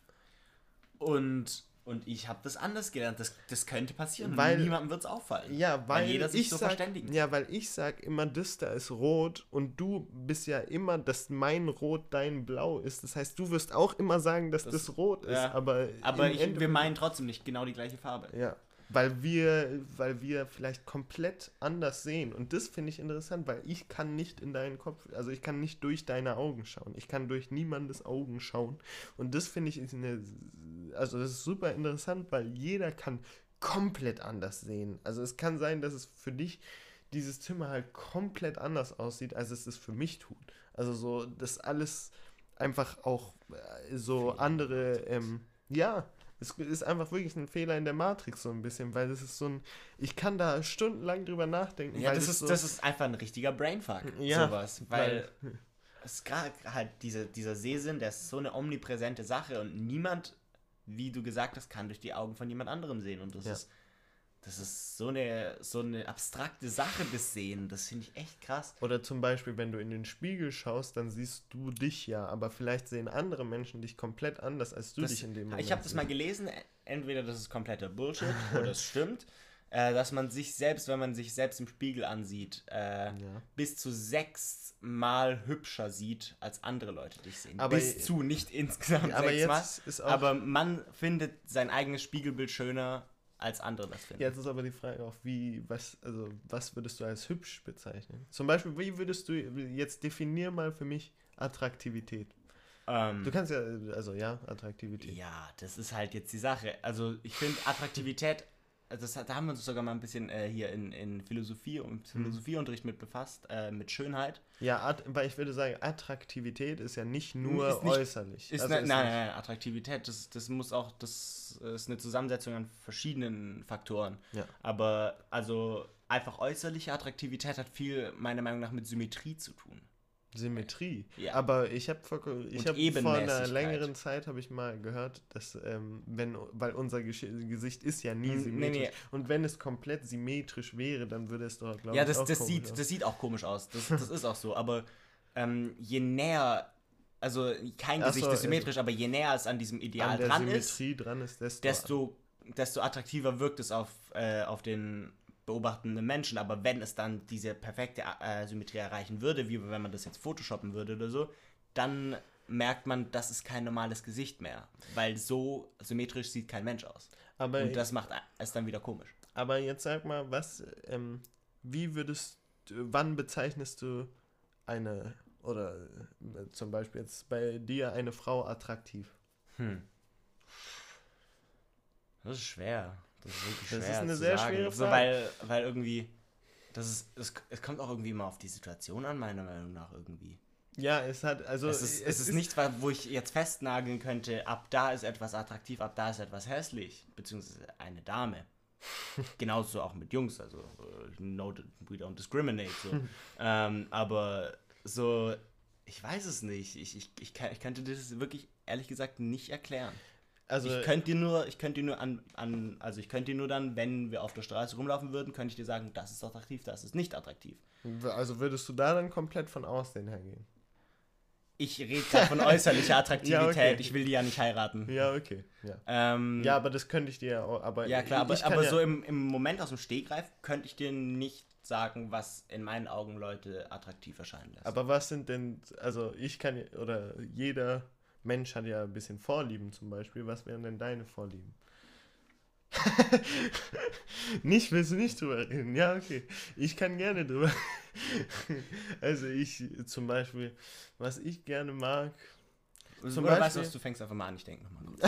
Und, und ich habe das anders gelernt. Das, das könnte passieren. Weil- und niemandem wird es auffallen. ja, weil, jeder sich ich so sag, verständigt. ja, weil ich sag immer, das da ist rot und du bist ja immer, dass mein Rot dein Blau ist. Das heißt, du wirst auch immer sagen, dass das, Das- rot ist, ja. aber Aber im ich, wir Endeffekt- meinen trotzdem nicht genau die gleiche Farbe. Ja, weil wir, weil wir vielleicht komplett anders sehen. Und das finde ich interessant, weil ich kann nicht in deinen Kopf, also ich kann nicht durch deine Augen schauen. Ich kann durch niemandes Augen schauen. Und das finde ich ist eine, also das ist super interessant, weil jeder kann komplett anders sehen. Also es kann sein, dass es für dich dieses Zimmer halt komplett anders aussieht, als es es für mich tut. Also so, dass alles einfach auch äh, so Fehler. andere, ähm, ja, es ist einfach wirklich ein Fehler in der Matrix so ein bisschen, weil das ist so ein, ich kann da stundenlang drüber nachdenken. Ja, weil das ist, so, das ist einfach ein richtiger Brainfuck, Ja, sowas. Weil es ist gerade halt diese, dieser Sehsinn, der ist so eine omnipräsente Sache und niemand, wie du gesagt hast, kann durch die Augen von jemand anderem sehen. Und das Ja. ist das ist so eine, so eine abstrakte Sache, das Sehen. Das finde ich echt krass. Oder zum Beispiel, wenn du in den Spiegel schaust, dann siehst du dich ja, aber vielleicht sehen andere Menschen dich komplett anders, als du Das, dich in dem Moment ich habe das mal siehst. gelesen, entweder das ist kompletter Bullshit oder es stimmt, äh, dass man sich selbst, wenn man sich selbst im Spiegel ansieht, äh, Ja. bis zu sechs Mal hübscher sieht, als andere Leute dich sehen. Aber- bis zu, nicht insgesamt Aber sechs Mal. jetzt ist auch, Aber man findet sein eigenes Spiegelbild schöner, als andere das finden. jetzt ist aber die Frage auch, wie, was, also was würdest du als hübsch bezeichnen? Zum Beispiel, wie würdest du, jetzt definier mal für mich Attraktivität. Ähm, Du kannst ja, also ja, Attraktivität. Ja, das ist halt jetzt die Sache. Also ich finde Attraktivität, also das, hat- da haben wir uns sogar mal ein bisschen äh, hier in, in Philosophie und Philosophieunterricht mit befasst, äh, mit Schönheit. Ja, at, weil ich würde sagen, Attraktivität ist ja nicht nur Ist nicht- äußerlich. Ist Also ne, ist nein, nicht- nein, nein, Attraktivität, das, das muss auch, das ist eine Zusammensetzung an verschiedenen Faktoren. Ja. Aber also einfach äußerliche Attraktivität hat viel meiner Meinung nach mit Symmetrie zu tun. Symmetrie. Ja. Aber ich habe ich Und hab vor einer Ebenmäßigkeit. längeren Zeit habe ich mal gehört, dass ähm, wenn, weil unser Gesch- Gesicht ist ja nie Mm, nee, symmetrisch. nee. Und wenn es komplett symmetrisch wäre, dann würde es doch, glaube Ja, ich, das, auch das, komisch sieht, aus. das sieht auch komisch aus. Das, das ist auch so. Aber ähm, je näher, also kein Ach Gesicht so, ist symmetrisch, aber je näher es an diesem Ideal An der dran ist, Symmetrie dran ist, desto, desto, desto attraktiver wirkt es auf, äh, auf den beobachtenden Menschen. Aber wenn es dann diese perfekte äh, Symmetrie erreichen würde, wie wenn man das jetzt photoshoppen würde oder so, dann merkt man, das ist kein normales Gesicht mehr. Weil so symmetrisch sieht kein Mensch aus. aber, Und das macht es dann wieder komisch. aber jetzt sag mal, was, ähm, wie würdest du, wann bezeichnest du eine Oder äh, zum Beispiel jetzt bei dir eine Frau attraktiv? Hm. Das ist schwer. Das ist wirklich schwer. Das ist eine zu sehr sagen. schwere So, Frage. weil, weil irgendwie, das ist, es, es kommt auch irgendwie immer auf die Situation an, meiner Meinung nach irgendwie. Ja, es hat, also... Es ist, es ist nichts, wo ich jetzt festnageln könnte, ab da ist etwas attraktiv, ab da ist etwas hässlich, beziehungsweise eine Dame. Genauso auch mit Jungs, also no, we don't discriminate, so. ähm, aber so, ich weiß es nicht, ich, ich, ich, kann, ich könnte das wirklich, ehrlich gesagt, nicht erklären. Also, ich könnte dir nur, ich könnte dir nur an, an, also ich könnte dir nur dann, wenn wir auf der Straße rumlaufen würden, könnte ich dir sagen, das ist attraktiv, das ist nicht attraktiv. also würdest du da dann komplett von Aussehen her gehen? Ich rede gerade von äußerlicher Attraktivität, Ja, okay. Ich will die ja nicht heiraten. Ja, okay. Ja, Ähm, ja aber das könnte ich dir ja auch. Aber ja klar, aber, ich kann aber ja, so im, im Moment aus dem Stegreif könnte ich dir nicht sagen, was in meinen Augen Leute attraktiv erscheinen lässt. Aber was sind denn, also ich kann ja, oder jeder Mensch hat ja ein bisschen Vorlieben zum Beispiel. Was wären denn deine Vorlieben? Nicht, willst du nicht drüber reden? Ja, okay. Ich kann gerne drüber. Also ich zum Beispiel, was ich gerne mag. Zum Oder Beispiel, weißt du was, du fängst einfach mal an, ich denke nochmal kurz.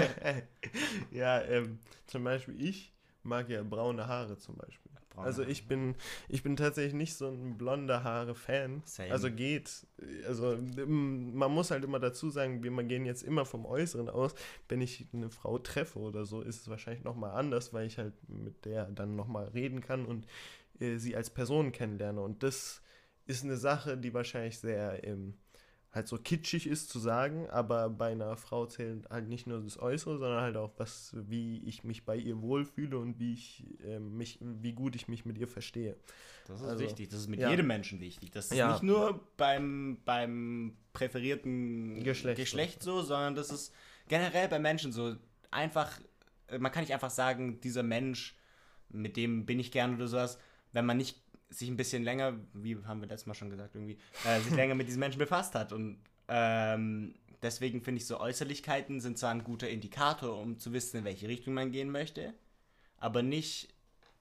Ja, ähm, zum Beispiel ich mag ja braune Haare zum Beispiel. Braune Also Haare. ich bin, ich bin tatsächlich nicht so ein blonder Haare-Fan. Same. Also geht. Also ähm, man muss halt immer dazu sagen, wir gehen jetzt immer vom Äußeren aus. Wenn ich eine Frau treffe oder so, ist es wahrscheinlich nochmal anders, weil ich halt mit der dann nochmal reden kann und äh, sie als Person kennenlerne. Und das ist eine Sache, die wahrscheinlich sehr ähm, halt so kitschig ist zu sagen, aber bei einer Frau zählt halt nicht nur das Äußere, sondern halt auch was, wie ich mich bei ihr wohlfühle und wie ich äh, mich, wie gut ich mich mit ihr verstehe. Das ist Also, wichtig, das ist mit ja. jedem Menschen wichtig. Das ist Ja. nicht nur beim, beim präferierten Geschlecht Geschlecht, so, sondern das ist generell bei Menschen so. Einfach, äh, man kann nicht einfach sagen, dieser Mensch, mit dem bin ich gern oder sowas, wenn man nicht sich ein bisschen länger, wie haben wir letztes Mal schon gesagt, irgendwie, äh, sich länger mit diesen Menschen befasst hat. Und ähm, deswegen finde ich so Äußerlichkeiten sind zwar ein guter Indikator, um zu wissen, in welche Richtung man gehen möchte, aber nicht,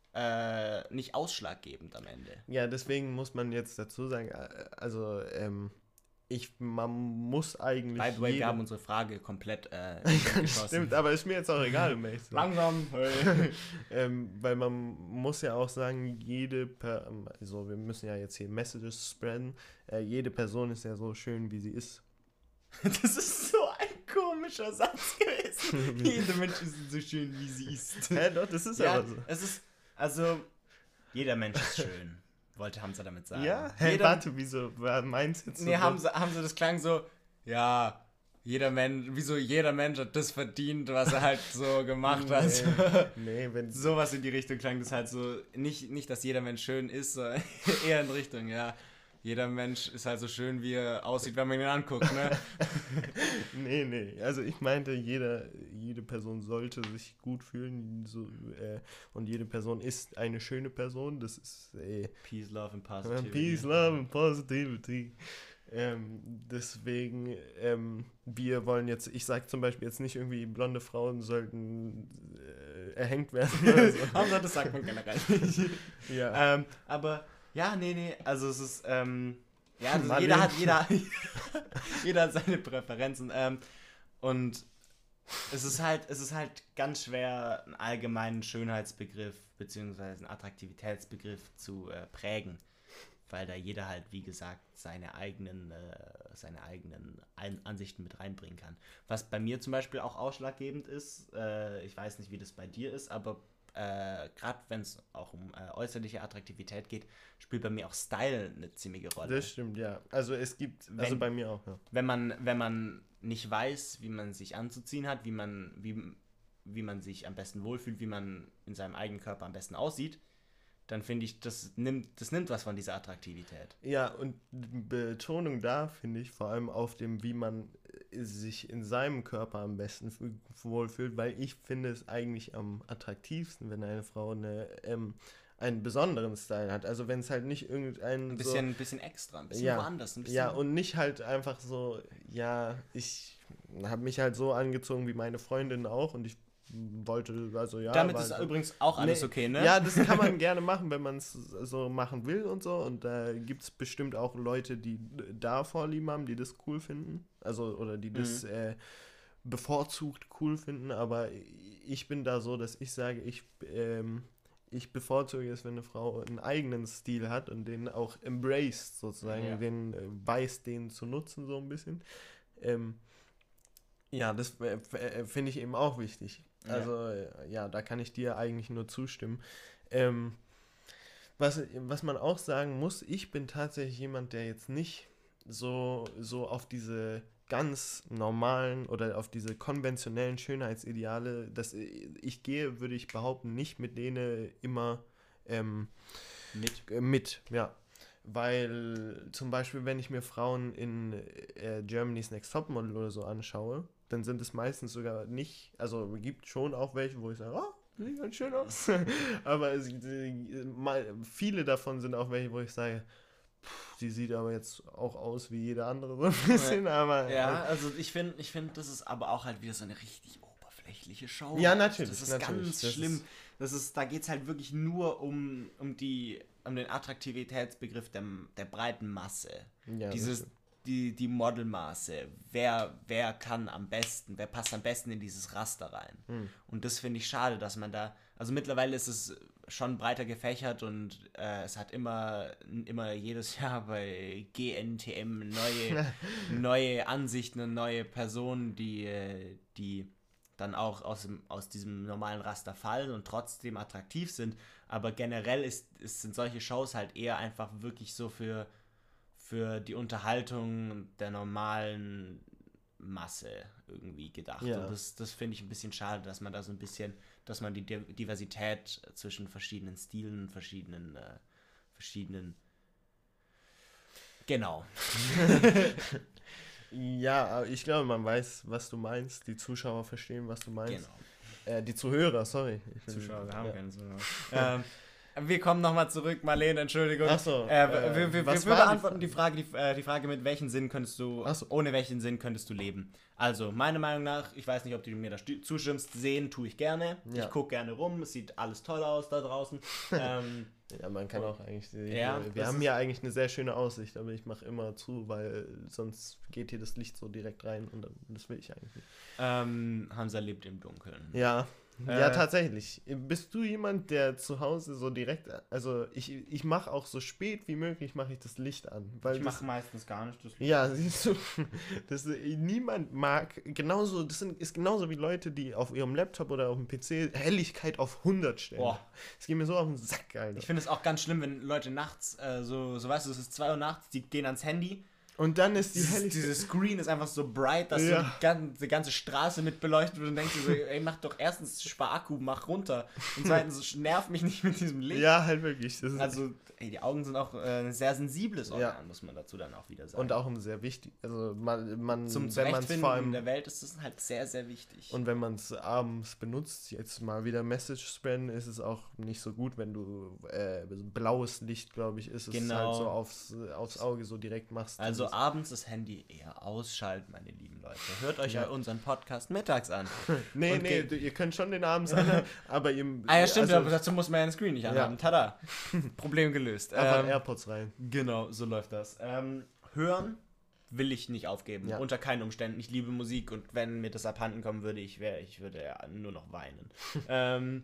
äh, nicht ausschlaggebend am Ende. Ja, deswegen muss man jetzt dazu sagen, äh, also ähm, ich, man muss eigentlich By the way, jede- wir haben unsere Frage komplett äh, Stimmt, aber ist mir jetzt auch egal, um ehrlich zu sein. Langsam. Hey. ähm, weil man muss ja auch sagen, jede, per also wir müssen ja jetzt hier Messages spreaden, äh, jede Person ist ja so schön, wie sie ist. Das ist so ein komischer Satz gewesen. Jeder Mensch ist so schön, wie sie ist. Hä, doch, das ist Ja, aber so. es ist, also, jeder Mensch ist schön, wollte Hamza damit sagen. Ja? Hä, jeder, warte, wieso, meinst du jetzt Nee, so? Hamza, Hamza, das klang so, ja, jeder Mensch, wieso jeder Mensch hat das verdient, was er halt so gemacht hat. Nee, nee, wenn... Sowas in die Richtung klang das halt so, nicht, nicht, dass jeder Mensch schön ist, sondern eher in Richtung, ja, jeder Mensch ist halt so schön, wie er aussieht, wenn man ihn anguckt, ne? Nee, nee, also ich meinte, jeder, jede Person sollte sich gut fühlen so, äh, und jede Person ist eine schöne Person, das ist äh, Peace, Love and Positivity. Peace, Love and Positivity. Ähm, deswegen, ähm, wir wollen jetzt, ich sag zum Beispiel jetzt nicht irgendwie, blonde Frauen sollten äh, erhängt werden oder so. Hamza, das sagt man generell nicht. Ja. ähm, aber, ja, nee, nee, also es ist, ähm, ja, also Marlene. jeder hat, jeder, jeder hat seine Präferenzen, ähm, und es ist halt, es ist halt ganz schwer, einen allgemeinen Schönheitsbegriff beziehungsweise einen Attraktivitätsbegriff zu äh, prägen, weil da jeder halt, wie gesagt, seine eigenen, äh, seine eigenen Ein- Ansichten mit reinbringen kann. Was bei mir zum Beispiel auch ausschlaggebend ist, äh, ich weiß nicht, wie das bei dir ist, aber äh, gerade wenn es auch um äh, äußerliche Attraktivität geht, spielt bei mir auch Style eine ziemliche Rolle. Das stimmt, ja. Also es gibt, also Wenn- bei mir auch, ja. Wenn man, wenn man nicht weiß, wie man sich anzuziehen hat, wie man, wie, wie man sich am besten wohlfühlt, wie man in seinem eigenen Körper am besten aussieht, dann finde ich, das nimmt, das nimmt was von dieser Attraktivität. Ja, und Betonung da, finde ich, vor allem auf dem, wie man äh, sich in seinem Körper am besten f- wohlfühlt, weil ich finde es eigentlich am attraktivsten, wenn eine Frau eine, ähm, einen besonderen Style hat. Also wenn es halt nicht irgendein Ein bisschen, ein bisschen extra, ein bisschen Ja. woanders. Ein so, bisschen, ja, und nicht halt einfach so, ja, ich habe mich halt so angezogen wie meine Freundin auch und ich wollte, also ja. Damit war, ist übrigens auch alles nee, okay, ne? Ja, das kann man gerne machen, wenn man es so machen will und so. Und da gibt es bestimmt auch Leute, die da Vorlieben haben, die das cool finden. Also, oder die das Mhm. äh, bevorzugt cool finden. Aber ich bin da so, dass ich sage, ich, ähm, ich bevorzuge es, wenn eine Frau einen eigenen Stil hat und den auch embraced sozusagen, Ja. den äh, weiß, den zu nutzen so ein bisschen. Ähm, ja, das äh, äh, finde ich eben auch wichtig. Ja. Also, äh, ja, da kann ich dir eigentlich nur zustimmen. Ähm, was, was man auch sagen muss, ich bin tatsächlich jemand, der jetzt nicht so, so auf diese ganz normalen oder auf diese konventionellen Schönheitsideale, dass ich gehe, würde ich behaupten, nicht mit denen immer ähm, Mit. äh, mit, ja. Weil zum Beispiel, wenn ich mir Frauen in äh, Germany's Next Topmodel oder so anschaue, dann sind es meistens sogar nicht, also es gibt schon auch welche, wo ich sage, oh, sieht ganz schön aus. Aber es, äh, mal, viele davon sind auch welche, wo ich sage, pff, die sieht aber jetzt auch aus wie jeder andere so ein bisschen, aber... Ja, also ich finde, ich finde, das ist aber auch halt wieder so eine richtig oberflächliche Show. Ja, halt. natürlich, Das ist natürlich, ganz das schlimm. ist- Das ist, da geht es halt wirklich nur um, um die, um den Attraktivitätsbegriff der, der breiten Masse. Ja, Dieses, das stimmt. die, die Modelmaße. Wer, wer kann am besten, wer passt am besten in dieses Raster rein? Hm. Und das finde ich schade, dass man da, also mittlerweile ist es schon breiter gefächert und äh, es hat immer, immer jedes Jahr bei G N T M neue, neue Ansichten und neue Personen, die, äh, die dann auch aus, dem, aus diesem normalen Raster fallen und trotzdem attraktiv sind. Aber generell ist, ist, sind solche Shows halt eher einfach wirklich so für, für die Unterhaltung der normalen Masse irgendwie gedacht. Ja. Und das, das finde ich ein bisschen schade, dass man da so ein bisschen, dass man die Di- Diversität zwischen verschiedenen Stilen, verschiedenen, äh, verschiedenen genau. Ja, aber ich glaube, man weiß, was du meinst. Die Zuschauer verstehen, was du meinst. Genau. Äh, die Zuhörer, sorry. Ich bin- Zuschauer, wir haben ja. keine Zuschauer. ähm, wir kommen nochmal zurück, Marlene, Entschuldigung. Ach so, äh, äh, wir, wir, was wir war die beantworten die Frage, die, äh, die Frage, mit welchem Sinn könntest du, Ach so. ohne welchen Sinn könntest du leben? Also, meiner Meinung nach, ich weiß nicht, ob du mir da stu- zustimmst, sehen tue ich gerne. Ja. Ich gucke gerne rum, es sieht alles toll aus da draußen. ähm, Ja, man kann auch eigentlich. Die, Ja, wir das haben ist- hier eigentlich eine sehr schöne Aussicht, aber ich mache immer zu, weil sonst geht hier das Licht so direkt rein und dann, das will ich eigentlich nicht. ähm, Hamza lebt im Dunkeln. Ja, Äh. ja, tatsächlich. Bist du jemand, der zu Hause so direkt, also ich, ich mache auch so spät wie möglich, mache ich das Licht an. Weil Ich das, mache meistens gar nicht das Ja, siehst du, das, niemand mag, genauso, das sind, ist genauso wie Leute, die auf ihrem Laptop oder auf dem P C Helligkeit auf hundert stellen. Boah. Das geht mir so auf den Sack, Alter. Ich finde es auch ganz schlimm, wenn Leute nachts, äh, so, so weißt du, es ist zwei Uhr nachts, die gehen ans Handy. Und dann ist die Dieses, Helligkeit... dieses Screen ist einfach so bright, dass Ja. so die ganze, die ganze Straße mit beleuchtet wird und denkst du so, ey, mach doch erstens spar Akku, mach runter. Und zweitens, nerv mich nicht mit diesem Licht. Ja, halt wirklich. Das ist Also, ey, die Augen sind auch äh, ein sehr sensibles Organ, Ja. muss man dazu dann auch wieder sagen. und auch ein sehr wichtig. Also man, man zum wenn man es Zurechtfinden vor in allem der Welt ist das halt sehr, sehr wichtig. und wenn man es abends benutzt, jetzt mal wieder Message spammen, ist es auch nicht so gut, wenn du äh, blaues Licht, glaube ich, ist es Genau. halt so aufs, aufs Auge so direkt machst. Also Das ist- abends das Handy eher ausschalten, meine lieben Leute. Hört euch ja, Ja. unseren Podcast mittags an. nee, und nee, geht- du, ihr könnt schon den abends an, aber ihr Ah ja, stimmt, also, aber dazu muss man ja den Screen nicht anhaben. Tada. Problem gelöst. einfach Ähm, AirPods rein. Genau, so läuft das. Ähm, hören will ich nicht aufgeben. Ja. Unter keinen Umständen. Ich liebe Musik und wenn mir das abhanden kommen würde, ich wäre, ich würde ja nur noch weinen. ähm,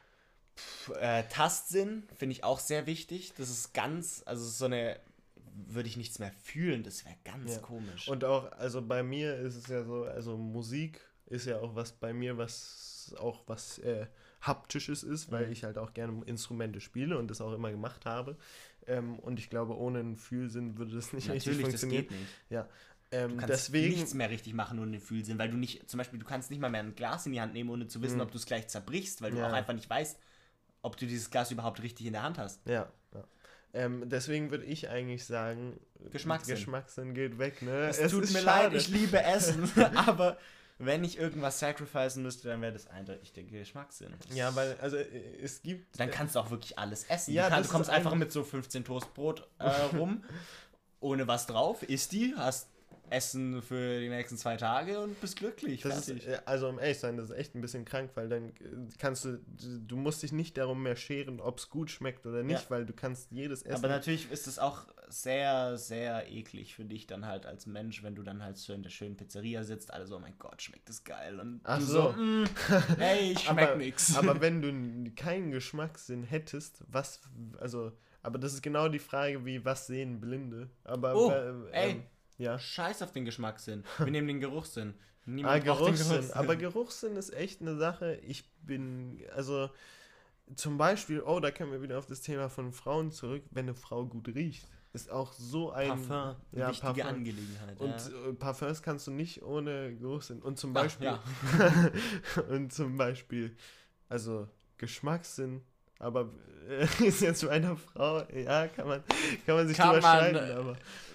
pf, äh, Tastsinn finde ich auch sehr wichtig. Das ist ganz, also so eine, würde ich nichts mehr fühlen, das wäre ganz Ja. komisch. Und auch, also bei mir ist es ja so, also Musik ist ja auch was bei mir, was auch was äh, Haptisches ist, weil Mhm. ich halt auch gerne Instrumente spiele und das auch immer gemacht habe. Ähm, und ich glaube, ohne einen Fühlsinn würde das nicht richtig Natürlich, das funktionieren. geht nicht. Ja. Ähm, Du kannst deswegen, nichts mehr richtig machen ohne den Fühlsinn, weil du nicht, zum Beispiel, du kannst nicht mal mehr ein Glas in die Hand nehmen, ohne zu wissen, Mhm. ob du es gleich zerbrichst, weil du Ja. auch einfach nicht weißt, ob du dieses Glas überhaupt richtig in der Hand hast. ja, ja. Ähm, deswegen würde ich eigentlich sagen, Geschmackssinn. Geschmackssinn geht weg, ne? Es, tut ist mir schade. leid, ich liebe Essen, aber wenn ich irgendwas sacrificen müsste, dann wäre das eindeutig der Geschmackssinn. Ja, weil, also äh, es gibt... Dann kannst du auch wirklich alles essen. Ja, du, kann, das du kommst ist einfach ein- mit so fünfzehn Toastbrot äh, rum, ohne was drauf, isst die, hast Essen für die nächsten zwei Tage und bist glücklich. Das ist, also um ehrlich zu sein, das ist echt ein bisschen krank, weil dann kannst du, du musst dich nicht darum mehr scheren, ob es gut schmeckt oder nicht, ja. weil du kannst jedes essen. Aber natürlich ist es auch sehr, sehr eklig für dich dann halt als Mensch, wenn du dann halt so in der schönen Pizzeria sitzt, alle so, oh mein Gott, schmeckt das geil. Und Ach du so, so mm, ey, ich schmeck nix. Aber wenn du keinen Geschmackssinn hättest, was, also, aber das ist genau die Frage, wie, was sehen Blinde? Aber, oh, äh, ey. Ähm, Ja. Scheiß auf den Geschmackssinn. Wir nehmen den Geruchssinn. Niemand ah, Geruchssinn. Geruchssinn. Aber Geruchssinn ist echt eine Sache. Ich bin, also zum Beispiel, oh, da kommen wir wieder auf das Thema von Frauen zurück, wenn eine Frau gut riecht. Ist auch so ein... Parfum, eine ja, wichtige Parfum. Angelegenheit. Und ja. Parfums kannst du nicht ohne Geruchssinn. Und zum Beispiel... Ach, ja. Und zum Beispiel, also Geschmackssinn, aber äh, ist jetzt bei einer Frau, ja, kann man, kann man sich kann drüber man, streiten, aber...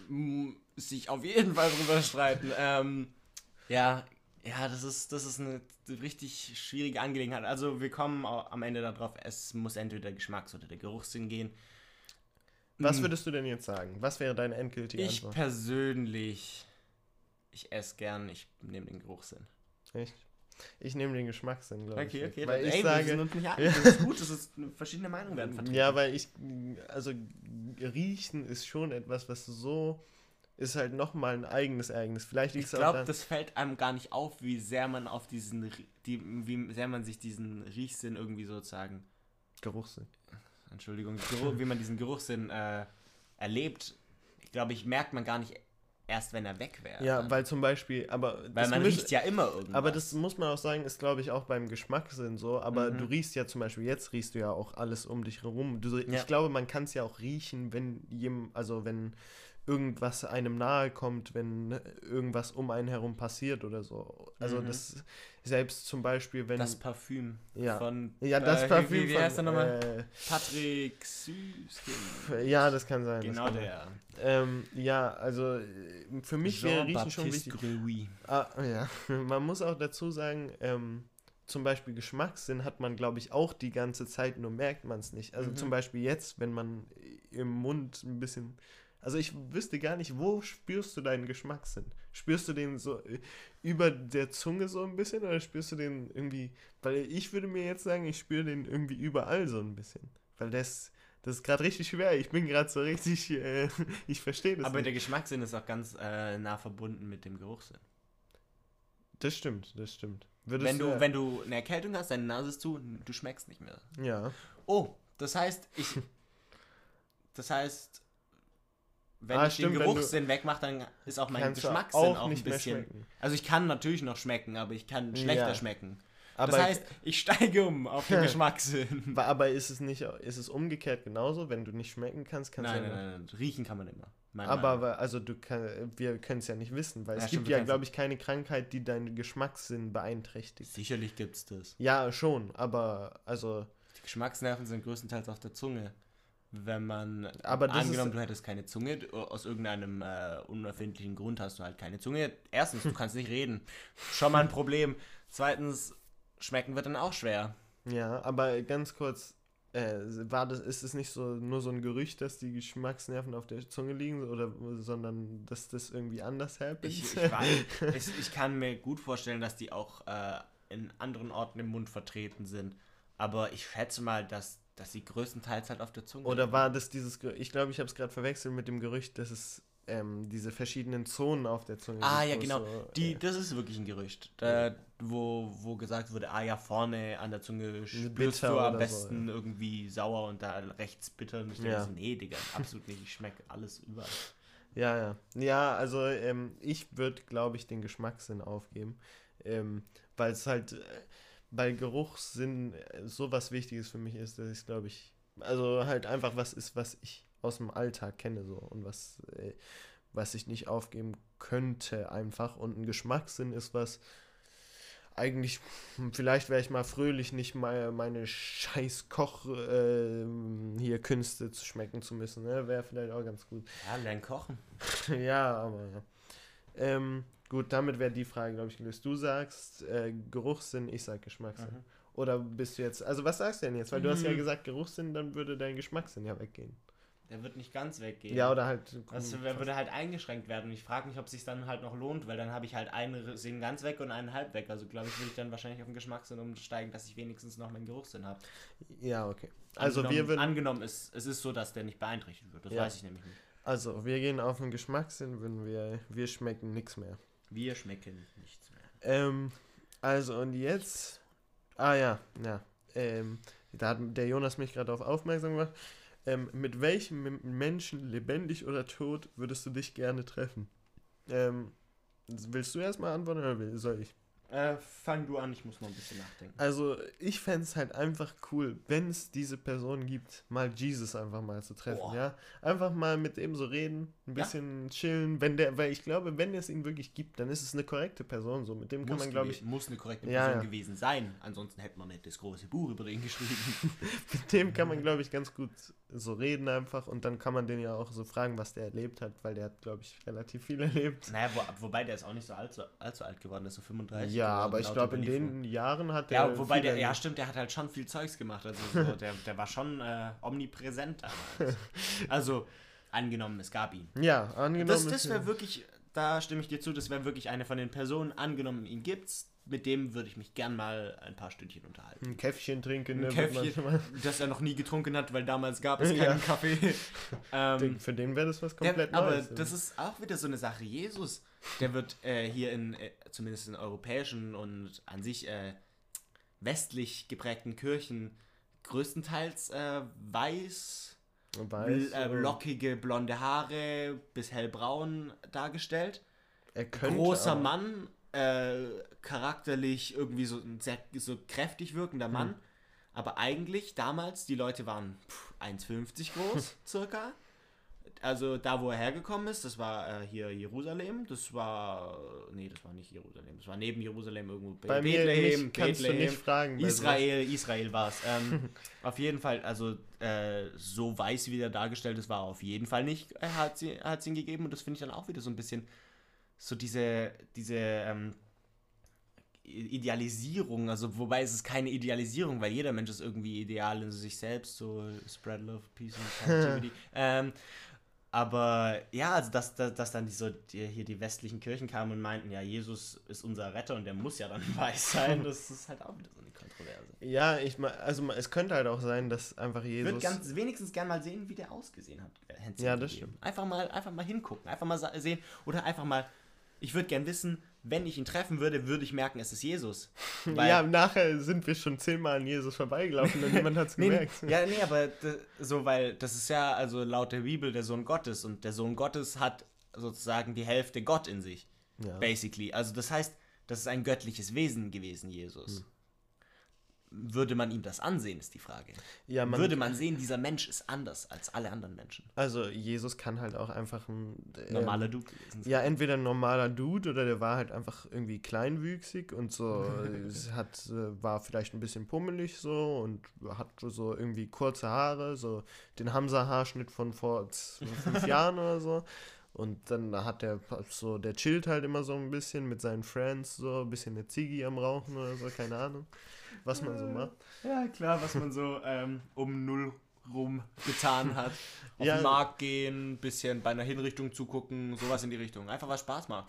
sich auf jeden Fall drüber streiten. Ähm, ja, ja, das ist, das ist eine richtig schwierige Angelegenheit. Also wir kommen am Ende darauf, es muss entweder der Geschmacks- oder der Geruchssinn gehen. Was würdest du denn jetzt sagen? Was wäre deine endgültige ich Antwort? Ich persönlich, ich esse gern, ich nehme den Geruchssinn. Echt? Ich nehme den Geschmackssinn, glaube okay, ich. Okay, okay. Weil ich ey, sage, wir sind uns nicht einig. Das ist gut, das ist verschiedene Meinungen werden vertreten. Ja, weil ich, also riechen ist schon etwas, was so, ist halt nochmal ein eigenes Ereignis. Vielleicht ich glaube, das fällt einem gar nicht auf, wie sehr man auf diesen, die, wie sehr man sich diesen Riechsinn irgendwie sozusagen... Geruchssinn. Entschuldigung, Geruch, wie man diesen Geruchssinn äh, erlebt. Ich glaube, ich merkt man gar nicht erst, wenn er weg wäre. Ja, weil zum Beispiel, aber... Weil man riecht ja immer irgendwas. Aber das muss man auch sagen, ist glaube ich auch beim Geschmackssinn so, aber mhm. du riechst ja zum Beispiel, jetzt riechst du ja auch alles um dich herum. Du, ja. Ich glaube, man kann es ja auch riechen, wenn jem, also wenn irgendwas einem nahe kommt, wenn irgendwas um einen herum passiert oder so. Also mhm. das, selbst zum Beispiel, wenn... Das Parfüm ja. von... Ja, das äh, Parfüm wie, wie von... heißt der nochmal? Äh, Patrick Süßkind. Ja, das kann sein. Genau kann der. Ähm, ja, also für mich wäre Riechen schon wichtig. Gréoui. Ah, ja. Man muss auch dazu sagen, ähm, zum Beispiel Geschmackssinn hat man, glaube ich, auch die ganze Zeit, nur merkt man es nicht. Also mhm. zum Beispiel jetzt, wenn man im Mund ein bisschen... Also ich wüsste gar nicht, wo spürst du deinen Geschmackssinn? Spürst du den so über der Zunge so ein bisschen oder spürst du den irgendwie... Weil ich würde mir jetzt sagen, ich spüre den irgendwie überall so ein bisschen. Weil das, das ist gerade richtig schwer. Ich bin gerade so richtig... Äh, ich verstehe das Aber nicht. Der Geschmackssinn ist auch ganz äh, nah verbunden mit dem Geruchssinn. Das stimmt, das stimmt. Würdest wenn du, du, wenn du eine Erkältung hast, deine Nase ist zu, du schmeckst nicht mehr. Ja. Oh, das heißt, ich... Das heißt... Wenn ah, ich stimmt, den Geruchssinn wegmache, dann ist auch mein Geschmackssinn auch, auch ein bisschen... Also ich kann natürlich noch schmecken, aber ich kann schlechter ja. schmecken. Aber das heißt, ich steige um auf den Geschmackssinn. Aber ist es nicht, ist es umgekehrt genauso? Wenn du nicht schmecken kannst, kannst nein, du... Nein, nein, nein, riechen kann man immer. Aber, aber also du kann, wir können es ja nicht wissen, weil ja, es gibt ja, glaube ich, keine Krankheit, die deinen Geschmackssinn beeinträchtigt. Sicherlich gibt es das. Ja, schon, aber also... Die Geschmacksnerven sind größtenteils auf der Zunge. Wenn man, aber das angenommen, ist, du hättest keine Zunge, aus irgendeinem äh, unerfindlichen Grund hast du halt keine Zunge. Erstens, du kannst nicht reden. Schon mal ein Problem. Zweitens, schmecken wird dann auch schwer. Ja, aber ganz kurz, äh, war das, ist es nicht so nur so ein Gerücht, dass die Geschmacksnerven auf der Zunge liegen, oder sondern dass das irgendwie anders happens? Ich, ich, weiß, ich, ich kann mir gut vorstellen, dass die auch äh, in anderen Orten im Mund vertreten sind. Aber ich schätze mal, dass dass sie größtenteils halt auf der Zunge Oder war das dieses Gerücht? Ich glaube, ich habe es gerade verwechselt mit dem Gerücht, dass es ähm, diese verschiedenen Zonen auf der Zunge Ah, gibt. ja, genau. So, die, äh, das ist wirklich ein Gerücht. Da, ja. wo, wo gesagt wurde, ah ja, vorne an der Zunge spürst bitter du am besten so, ja. irgendwie sauer und da rechts bitter. Und ich denke ja. so, nee, Digga, absolut nicht. Ich schmecke alles überall. Ja, ja. Ja, also ähm, ich würde, glaube ich, den Geschmackssinn aufgeben. Ähm, weil es halt... Äh, bei Geruchssinn so was Wichtiges für mich ist, dass ich glaube ich, also halt einfach was ist, was ich aus dem Alltag kenne so und was, äh, was ich nicht aufgeben könnte einfach, und ein Geschmackssinn ist was, eigentlich, vielleicht wäre ich mal fröhlich, nicht mal meine scheiß Koch äh, hier Künste zu schmecken zu müssen, ne? Wäre vielleicht auch ganz gut. Ja, lern kochen. Ja, aber ja. Ähm, Gut, damit wäre die Frage, glaube ich, gelöst. Du sagst äh, Geruchssinn, ich sag Geschmackssinn. Mhm. Oder bist du jetzt, also was sagst du denn jetzt? Weil mhm. du hast ja gesagt Geruchssinn, dann würde dein Geschmackssinn ja weggehen. er wird nicht ganz weggehen. Ja, oder halt... Also er würde halt eingeschränkt werden. Und ich frage mich, ob es sich dann halt noch lohnt, weil dann habe ich halt einen Sinn ganz weg und einen halb weg. Also glaube ich, würde ich dann wahrscheinlich auf den Geschmackssinn umsteigen, dass ich wenigstens noch meinen Geruchssinn habe. Ja, okay. Also angenommen, wir würden... Angenommen, es, es ist so, dass der nicht beeinträchtigt wird. Das ja. weiß ich nämlich nicht. Also, wir gehen auf den Geschmackssinn, wenn wir... Wir schmecken nichts mehr. Wir schmecken nichts mehr. Ähm, also und jetzt... Ah ja, ja. Ähm, da hat der Jonas mich gerade auf aufmerksam gemacht. Ähm, mit welchem Menschen, lebendig oder tot, würdest du dich gerne treffen? Ähm, willst du erstmal antworten oder soll ich? Äh, fang du an, ich muss noch ein bisschen nachdenken. Also, ich fände es halt einfach cool, wenn es diese Person gibt, mal Jesus einfach mal zu treffen, Boah. ja? Einfach mal mit ihm so reden, ein Ja. bisschen chillen, wenn der, weil ich glaube, wenn es ihn wirklich gibt, dann ist es eine korrekte Person, so, mit dem kann Muss, man, glaube ich, gewe- muss eine korrekte Ja, Person ja. gewesen sein. Ansonsten hätte man nicht das große Buch über den geschrieben. mit dem kann man, glaube ich, ganz gut so reden einfach und dann kann man den ja auch so fragen, was der erlebt hat, weil der hat, glaube ich, relativ viel erlebt. Naja, wo, wobei der ist auch nicht so allzu, allzu alt geworden, der ist so fünfunddreißig. Ja, geworden, aber ich laut glaube, in Überlieferung. den Jahren hat der Ja, wobei viel der, ja erlebt. stimmt, der hat halt schon viel Zeugs gemacht. Also so, der, der war schon äh, omnipräsent damals. Also, angenommen, es gab ihn. Ja, angenommen. Das, das ist- wäre wirklich, da stimme ich dir zu, das wäre wirklich eine von den Personen, angenommen, ihn gibt's, mit dem würde ich mich gern mal ein paar Stündchen unterhalten. ein Käffchen trinken, Ein ne, wird Käffchen, manchmal- das er noch nie getrunken hat, weil damals gab es keinen Ja. Kaffee. ähm, Für den wäre das was der, komplett aber Neues. das ist auch wieder so eine Sache. Jesus, der wird äh, hier in, äh, zumindest in europäischen und an sich äh, westlich geprägten Kirchen größtenteils äh, weiß, Weiß, l- äh, aber lockige blonde Haare bis hellbraun dargestellt. er könnte Großer auch- Mann, äh, charakterlich irgendwie so ein sehr so kräftig wirkender Mann. Hm. Aber eigentlich damals, die Leute waren pff, eins fünfzig groß, circa. Also da, wo er hergekommen ist, das war äh, hier Jerusalem. Das war, nee, das war nicht Jerusalem. Das war neben Jerusalem irgendwo. Bei mir Bethlehem, mich kannst du Bethlehem. nicht fragen. bei Israel, Israel war es. Ähm, auf jeden Fall, also äh, so weiß, wie der dargestellt ist, war er auf jeden Fall nicht. Er hat sie, er hat ihn gegeben und das finde ich dann auch wieder so ein bisschen so diese, diese ähm, Idealisierung, also wobei es ist keine Idealisierung, weil jeder Mensch ist irgendwie ideal in sich selbst, so spread love, peace and positivity. ähm, aber ja, also dass, dass, dass dann die, so, die, hier die westlichen Kirchen kamen und meinten, ja, Jesus ist unser Retter und der muss ja dann weiß sein, das ist halt auch wieder so eine Kontroverse. sowas. Ja, ich meine, also es könnte halt auch sein, dass einfach Ich Jesus... würde ganz wenigstens gern mal sehen, wie der ausgesehen hat. äh, hätt's Ja, ihm das gegeben. stimmt. Einfach mal, einfach mal hingucken, einfach mal sa- sehen oder einfach mal, ich würde gern wissen, wenn ich ihn treffen würde, würde ich merken, es ist Jesus. Weil- ja, nachher sind wir schon zehnmal an Jesus vorbeigelaufen und niemand hat es Nee, gemerkt. nee, ja, nee, aber d- so, weil das ist ja also laut der Bibel der Sohn Gottes und der Sohn Gottes hat sozusagen die Hälfte Gott in sich, Ja. basically. Also das heißt, das ist ein göttliches Wesen gewesen, Jesus. Hm. Würde man ihm das ansehen, ist die Frage. Ja, man, Würde man sehen, dieser Mensch ist anders als alle anderen Menschen. also Jesus kann halt auch einfach ein... ähm, Normaler Dude gewesen sein. Ja, entweder ein normaler Dude oder der war halt einfach irgendwie kleinwüchsig und so es hat äh, war vielleicht ein bisschen pummelig so und hat so irgendwie kurze Haare, so den Hamza-Haarschnitt von vor z- fünf Jahren oder so. Und dann hat der so, der chillt halt immer so ein bisschen mit seinen Friends, so ein bisschen eine Ziggy am Rauchen oder so, keine Ahnung, was man so macht. Ja, klar, was man so ähm, um null rum getan hat. Auf Ja. den Markt gehen, bisschen bei einer Hinrichtung zugucken, sowas in die Richtung. Einfach was Spaß macht.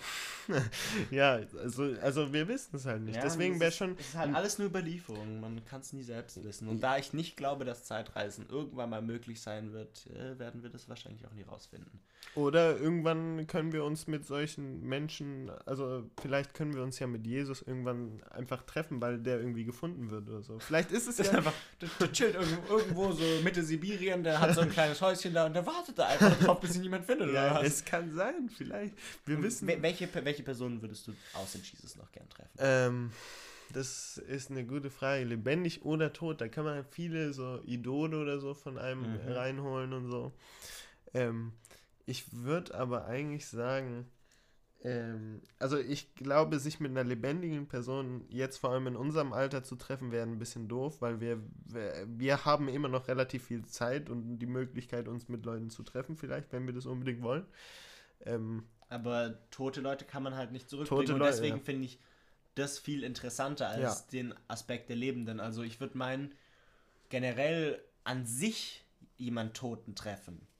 Ja, also, also wir wissen es halt nicht. Deswegen wäre schon. Es ist halt alles nur Überlieferung, man kann es nie selbst wissen. Und da ich nicht glaube, dass Zeitreisen irgendwann mal möglich sein wird, äh, werden wir das wahrscheinlich auch nie rausfinden. Oder irgendwann können wir uns mit solchen Menschen, also vielleicht können wir uns ja mit Jesus irgendwann einfach treffen, weil der irgendwie gefunden wird oder so. Vielleicht ist es Das ist ja. einfach, der, der chillt irgendwo, irgendwo so Mitte Sibirien, der hat so ein kleines Häuschen da und der wartet da einfach drauf, bis ihn niemand findet. Oder Ja, was? es kann sein, vielleicht. Wir wissen. Wel- welche, welche Personen würdest du außer Jesus noch gern treffen? Ähm, das ist eine gute Frage. Lebendig oder tot, da kann man viele so Idole oder so von einem Mhm. reinholen und so. Ähm, ich würde aber eigentlich sagen, ähm, also ich glaube, sich mit einer lebendigen Person jetzt vor allem in unserem Alter zu treffen, wäre ein bisschen doof, weil wir, wir, wir haben immer noch relativ viel Zeit und die Möglichkeit, uns mit Leuten zu treffen, vielleicht, wenn wir das unbedingt wollen. Ähm, Aber tote Leute kann man halt nicht zurückbringen. Tote und Leute, deswegen ja. finde ich das viel interessanter als Ja. den Aspekt der Lebenden. Also ich würde meinen, generell an sich jemand Toten treffen,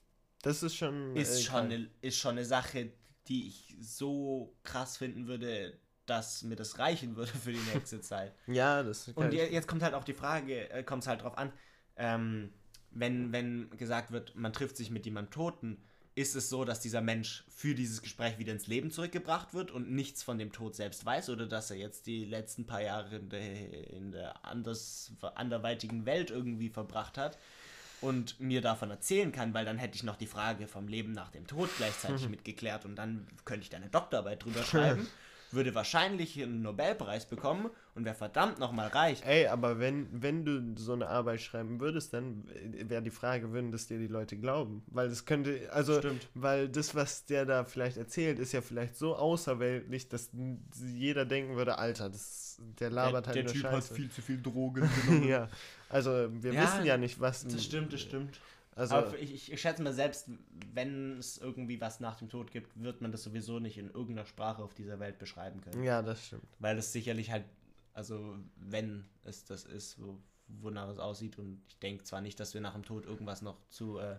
Das ist schon... Ist, äh, schon krank. eine, ist schon eine Sache, die ich so krass finden würde, dass mir das reichen würde für die nächste Zeit. Ja, das kann Und ich- je- jetzt kommt halt auch die Frage, äh, kommt es halt drauf an, ähm, wenn, wenn gesagt wird, man trifft sich mit jemandem Toten, ist es so, dass dieser Mensch für dieses Gespräch wieder ins Leben zurückgebracht wird und nichts von dem Tod selbst weiß, oder dass er jetzt die letzten paar Jahre in der, in der anders, anderweitigen Welt irgendwie verbracht hat und mir davon erzählen kann, weil dann hätte ich noch die Frage vom Leben nach dem Tod gleichzeitig mitgeklärt und dann könnte ich da eine Doktorarbeit drüber schreiben, würde wahrscheinlich einen Nobelpreis bekommen und wäre verdammt nochmal reich. Ey, aber wenn, wenn du so eine Arbeit schreiben würdest, dann wäre die Frage, würden das dir die Leute glauben? Weil das könnte, also, Stimmt. weil das, was der da vielleicht erzählt, ist ja vielleicht so außerweltlich, dass jeder denken würde, Alter, das, der labert halt nur Scheiße. zu viel Drogen Ja, also wir Ja, wissen ja nicht, was... Das stimmt, das stimmt. Also, Aber ich, ich, ich schätze mal, selbst wenn es irgendwie was nach dem Tod gibt, wird man das sowieso nicht in irgendeiner Sprache auf dieser Welt beschreiben können. ja, das stimmt. Weil es sicherlich halt, also wenn es das ist, wo, wonach es aussieht, und ich denke zwar nicht, dass wir nach dem Tod irgendwas noch zu, äh,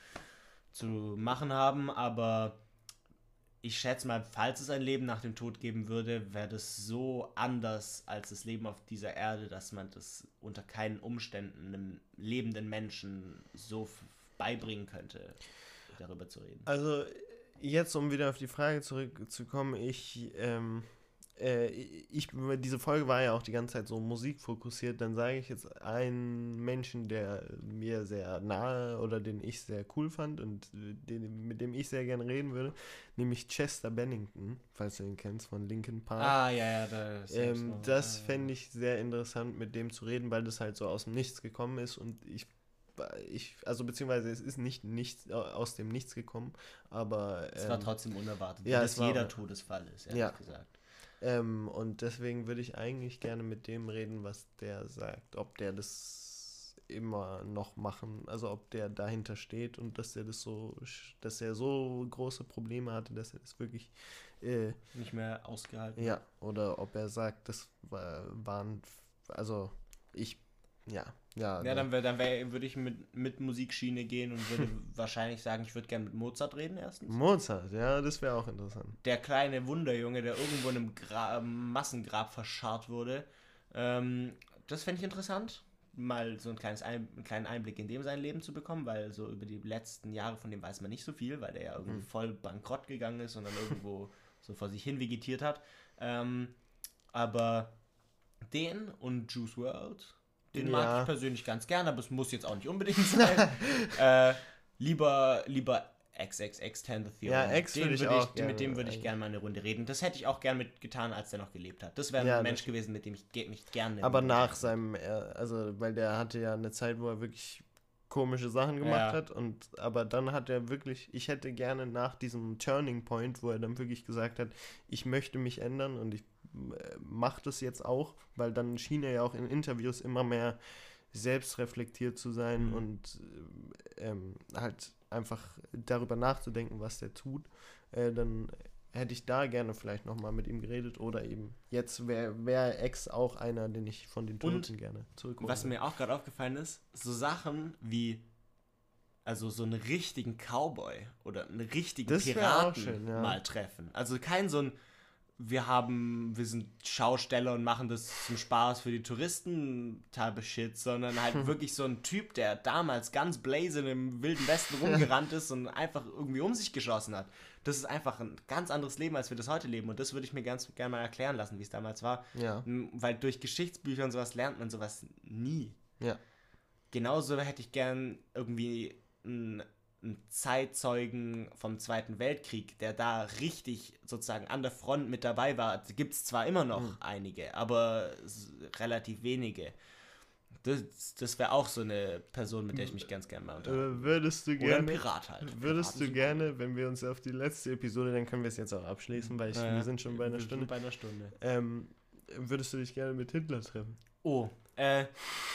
zu machen haben, aber ich schätze mal, falls es ein Leben nach dem Tod geben würde, wäre das so anders als das Leben auf dieser Erde, dass man das unter keinen Umständen einem lebenden Menschen so f- beibringen könnte, darüber zu reden. Also jetzt, um wieder auf die Frage zurückzukommen, ich, ähm, äh, ich, diese Folge war ja auch die ganze Zeit so musikfokussiert, dann sage ich jetzt einen Menschen, der mir sehr nahe oder den ich sehr cool fand und den, mit dem ich sehr gerne reden würde, nämlich Chester Bennington, falls du ihn kennst, von Linkin Park. Ah, ja, ja, das ist Ähm, noch- das ja, ja. fände ich sehr interessant, mit dem zu reden, weil das halt so aus dem Nichts gekommen ist und ich, ich also beziehungsweise es ist nicht nichts aus dem Nichts gekommen, aber Es war ähm, trotzdem unerwartet, ja, wie es das war- jeder Todesfall ist, ehrlich Ja. gesagt. ähm, und deswegen würde ich eigentlich gerne mit dem reden, was der sagt, ob der das immer noch machen, also ob der dahinter steht und dass er das so, dass er so große Probleme hatte, dass er das wirklich äh, Nicht mehr ausgehalten. ja, oder ob er sagt, das war, waren, also ich, ja, ja. Ja, dann, wär, dann wär, würde ich mit, mit Musikschiene gehen und würde wahrscheinlich sagen, ich würde gerne mit Mozart reden erstens. Mozart, ja, das wäre auch interessant. Der kleine Wunderjunge, der irgendwo in einem Gra Massengrab verscharrt wurde. Ähm, das fände ich interessant, mal so ein kleines ein einen kleinen Einblick in dem sein Leben zu bekommen, weil so über die letzten Jahre von dem weiß man nicht so viel, weil der ja irgendwie Mhm. voll bankrott gegangen ist und dann irgendwo so vor sich hin vegetiert hat. Ähm, aber den und Juice world, den mag Ja. ich persönlich ganz gerne, aber es muss jetzt auch nicht unbedingt sein. äh, lieber, lieber X X X Tentacion. Ja, X Den würde ich würd auch gerne, Mit dem würde ich eigentlich. gerne mal eine Runde reden. Das hätte ich auch gern mit getan, als der noch gelebt hat. Das wäre Ja, ein das Mensch gewesen, mit dem ich ge mich gerne... Aber nach seinem, er- also, weil der hatte ja eine Zeit, wo er wirklich komische Sachen gemacht Ja. hat und, aber dann hat er wirklich, ich hätte gerne nach diesem Turning Point, wo er dann wirklich gesagt hat, ich möchte mich ändern und ich äh, mache das jetzt auch, weil dann schien er ja auch in Interviews immer mehr selbstreflektiert zu sein Mhm. und äh, ähm, halt einfach darüber nachzudenken, was der tut, äh, dann hätte ich da gerne vielleicht nochmal mit ihm geredet oder eben jetzt wäre wär Ex auch einer, den ich von den Toten Und gerne zurückholen Was würde. mir auch gerade aufgefallen ist, so Sachen wie, also so einen richtigen Cowboy oder einen richtigen Das wär auch Piraten schön, ja. mal treffen. Also kein so ein, wir haben, wir sind Schausteller und machen das zum Spaß für die Touristen Type of Shit, sondern halt wirklich so ein Typ, der damals ganz blazing im Wilden Westen rumgerannt ist und einfach irgendwie um sich geschossen hat. Das ist einfach ein ganz anderes Leben, als wir das heute leben, und das würde ich mir ganz gerne mal erklären lassen, wie es damals war. Ja, M, Weil durch Geschichtsbücher und sowas lernt man sowas nie. ja. Genauso hätte ich gern irgendwie einen, einen Zeitzeugen vom Zweiten Weltkrieg, der da richtig sozusagen an der Front mit dabei war. Gibt es zwar immer noch Mhm. einige, aber s- relativ wenige. Das, das wäre auch so eine Person, mit der ich mich ganz gerne mal unterhalte. Äh, würdest du Oder ein gerne, Pirat halt. würdest Piraten du sind gerne, wenn wir uns auf die letzte Episode, dann können wir es jetzt auch abschließen, weil ich, cool. Ja, wir sind schon bei einer wir sind Stunde, Bei einer Stunde. ähm, würdest du dich gerne mit Hitler treffen? Oh, äh.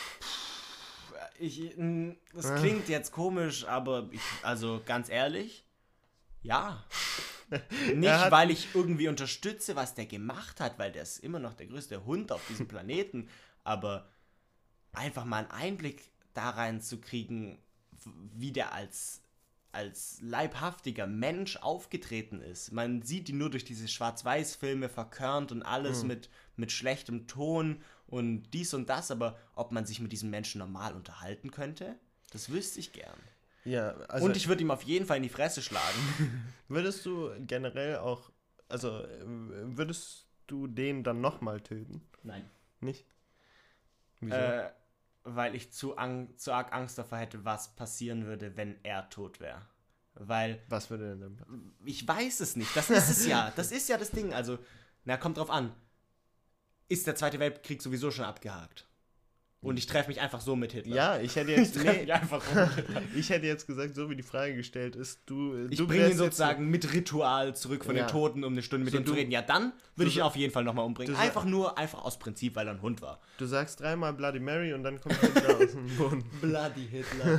Ich, mh, das Ah. klingt jetzt komisch, aber ich, also ganz ehrlich, ja. Nicht, Er hat- weil ich irgendwie unterstütze, was der gemacht hat, weil der ist immer noch der größte Hund auf diesem Planeten, aber einfach mal einen Einblick da rein zu kriegen, w- wie der als, als leibhaftiger Mensch aufgetreten ist. Man sieht ihn nur durch diese Schwarz-Weiß-Filme verkörnt und alles mhm. mit, mit schlechtem Ton und dies und das, aber ob man sich mit diesem Menschen normal unterhalten könnte, das wüsste ich gern. Ja, also und ich würde ihm auf jeden Fall in die Fresse schlagen. Würdest du generell auch, also würdest du den dann nochmal töten? Nein. Nicht? Wieso? Äh, weil ich zu, ang- zu arg Angst davor hätte, was passieren würde, wenn er tot wäre. Weil... Was würde denn dann? Ich weiß es nicht. Das ist es ja. Das ist ja das Ding. Also, na, kommt drauf an. Ist der Zweite Weltkrieg sowieso schon abgehakt? Und ich treffe mich einfach so mit Hitler. Ja, ich hätte jetzt, ich, nee, mich einfach so mit Hitler. ich hätte jetzt gesagt, so wie die Frage gestellt ist, du... Ich du bringe ihn wärst sozusagen jetzt, mit Ritual zurück von Ja. den Toten, um eine Stunde mit So ihm du- zu reden. Ja, dann würde ich du- ihn auf jeden Fall nochmal umbringen. du sa- Einfach nur, einfach aus Prinzip, weil er ein Hund war. du sagst dreimal Bloody Mary und dann kommt Hitler aus dem Boden. Bloody Hitler.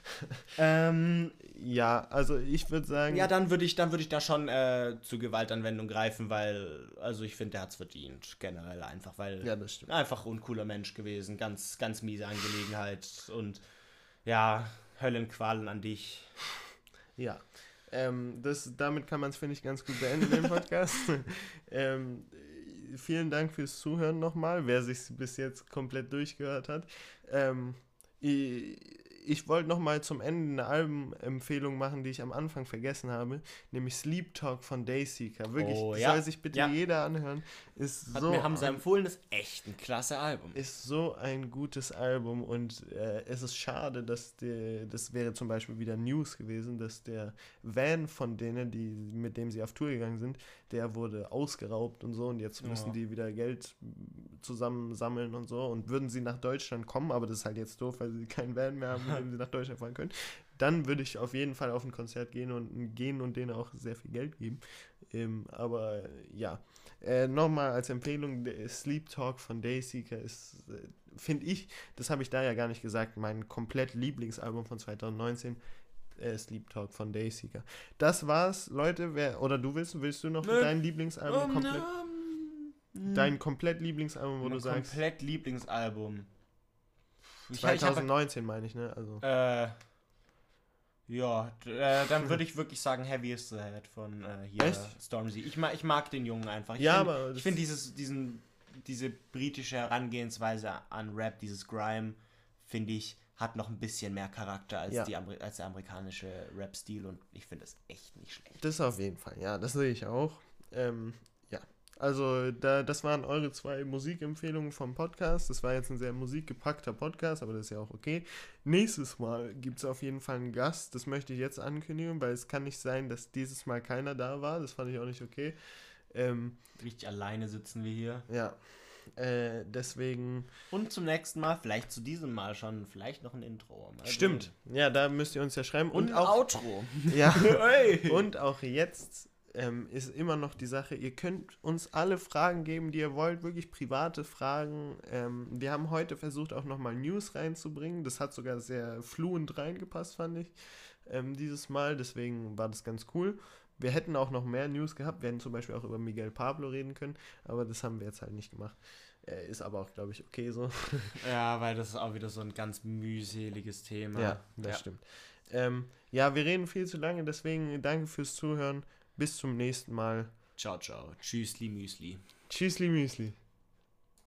ähm, Ja, also ich würde sagen... ja, dann würde ich, dann würde ich da schon äh, zu Gewaltanwendung greifen, weil, also ich finde, der hat's verdient, generell einfach, weil Ja, das stimmt. einfach uncooler Mensch gewesen, ganz, ganz miese Angelegenheit und ja, Höllenqualen an dich. Ja, ähm, das, damit kann man es, finde ich, ganz gut beenden, den Podcast. ähm, vielen Dank fürs Zuhören nochmal, wer sich bis jetzt komplett durchgehört hat. Ähm, ich ich wollte nochmal zum Ende eine Albumempfehlung machen, die ich am Anfang vergessen habe, nämlich Sleep Talk von Dayseeker. Wirklich, Oh, das ja. soll sich bitte Ja. jeder anhören. Ist Hat so mir, haben sie ein- empfohlen, ist echt ein klasse Album. Ist so ein gutes Album und äh, es ist schade, dass der, das wäre zum Beispiel wieder News gewesen, dass der Van von denen, die, mit dem sie auf Tour gegangen sind, der wurde ausgeraubt und so und jetzt müssen Ja. die wieder Geld zusammensammeln und so und würden sie nach Deutschland kommen, aber das ist halt jetzt doof, weil sie keinen Van mehr haben, mit dem sie nach Deutschland fahren können, dann würde ich auf jeden Fall auf ein Konzert gehen und gehen und denen auch sehr viel Geld geben. Ähm, aber ja, äh, nochmal als Empfehlung, der Sleep Talk von Dayseeker ist, äh, finde ich, das habe ich da ja gar nicht gesagt, mein komplett Lieblingsalbum von zwanzig neunzehn, äh, Sleep Talk von Dayseeker. Das war's, Leute, wer, oder du willst, willst du noch Nö. dein Lieblingsalbum komplett, um, dein komplett Lieblingsalbum, wo mein du sagst, komplett Lieblingsalbum. Ich, zwanzig ich hab, neunzehn meine ich, ne, also. äh, ja, d- äh, dann würde ich wirklich sagen Heavy is the Head von äh, hier Echt? Stormzy. Ich, ma ich mag den Jungen einfach. Ich Ja, find, aber ich das- finde dieses, diesen, diese britische Herangehensweise an Rap, dieses Grime, finde ich, hat noch ein bisschen mehr Charakter als, Ja. die Ameri als der amerikanische Rap-Stil und ich finde das echt nicht schlecht. Das auf jeden Fall, ja, das sehe ich auch. Ähm, ja, also da, das waren eure zwei Musikempfehlungen vom Podcast. Das war jetzt ein sehr musikgepackter Podcast, aber das ist ja auch okay. Nächstes Mal gibt es auf jeden Fall einen Gast. Das möchte ich jetzt ankündigen, weil es kann nicht sein, dass dieses Mal keiner da war. Das fand ich auch nicht okay. Ähm, Richtig alleine sitzen wir hier. ja, äh, deswegen... Und zum nächsten Mal, vielleicht zu diesem Mal schon, vielleicht noch ein Intro. Mal Stimmt, sehen. ja, da müsst ihr uns ja schreiben. Und, Und, ein auch... Outro. Ja, Hey. und auch jetzt ähm, ist immer noch die Sache, ihr könnt uns alle Fragen geben, die ihr wollt, wirklich private Fragen. Ähm, wir haben heute versucht, auch nochmal News reinzubringen. Das hat sogar sehr fluent reingepasst, fand ich, ähm, dieses Mal. Deswegen war das ganz cool. Wir hätten auch noch mehr News gehabt. Wir hätten zum Beispiel auch über Miguel Pablo reden können, aber das haben wir jetzt halt nicht gemacht. Äh, ist aber auch, glaube ich, okay so. Ja, weil das ist auch wieder so ein ganz mühseliges Thema. Ja, das Ja. stimmt. Ähm, ja, wir reden viel zu lange, deswegen danke fürs Zuhören. Bis zum nächsten Mal. Ciao, ciao. Tschüssli, Müsli. Tschüssli Müsli.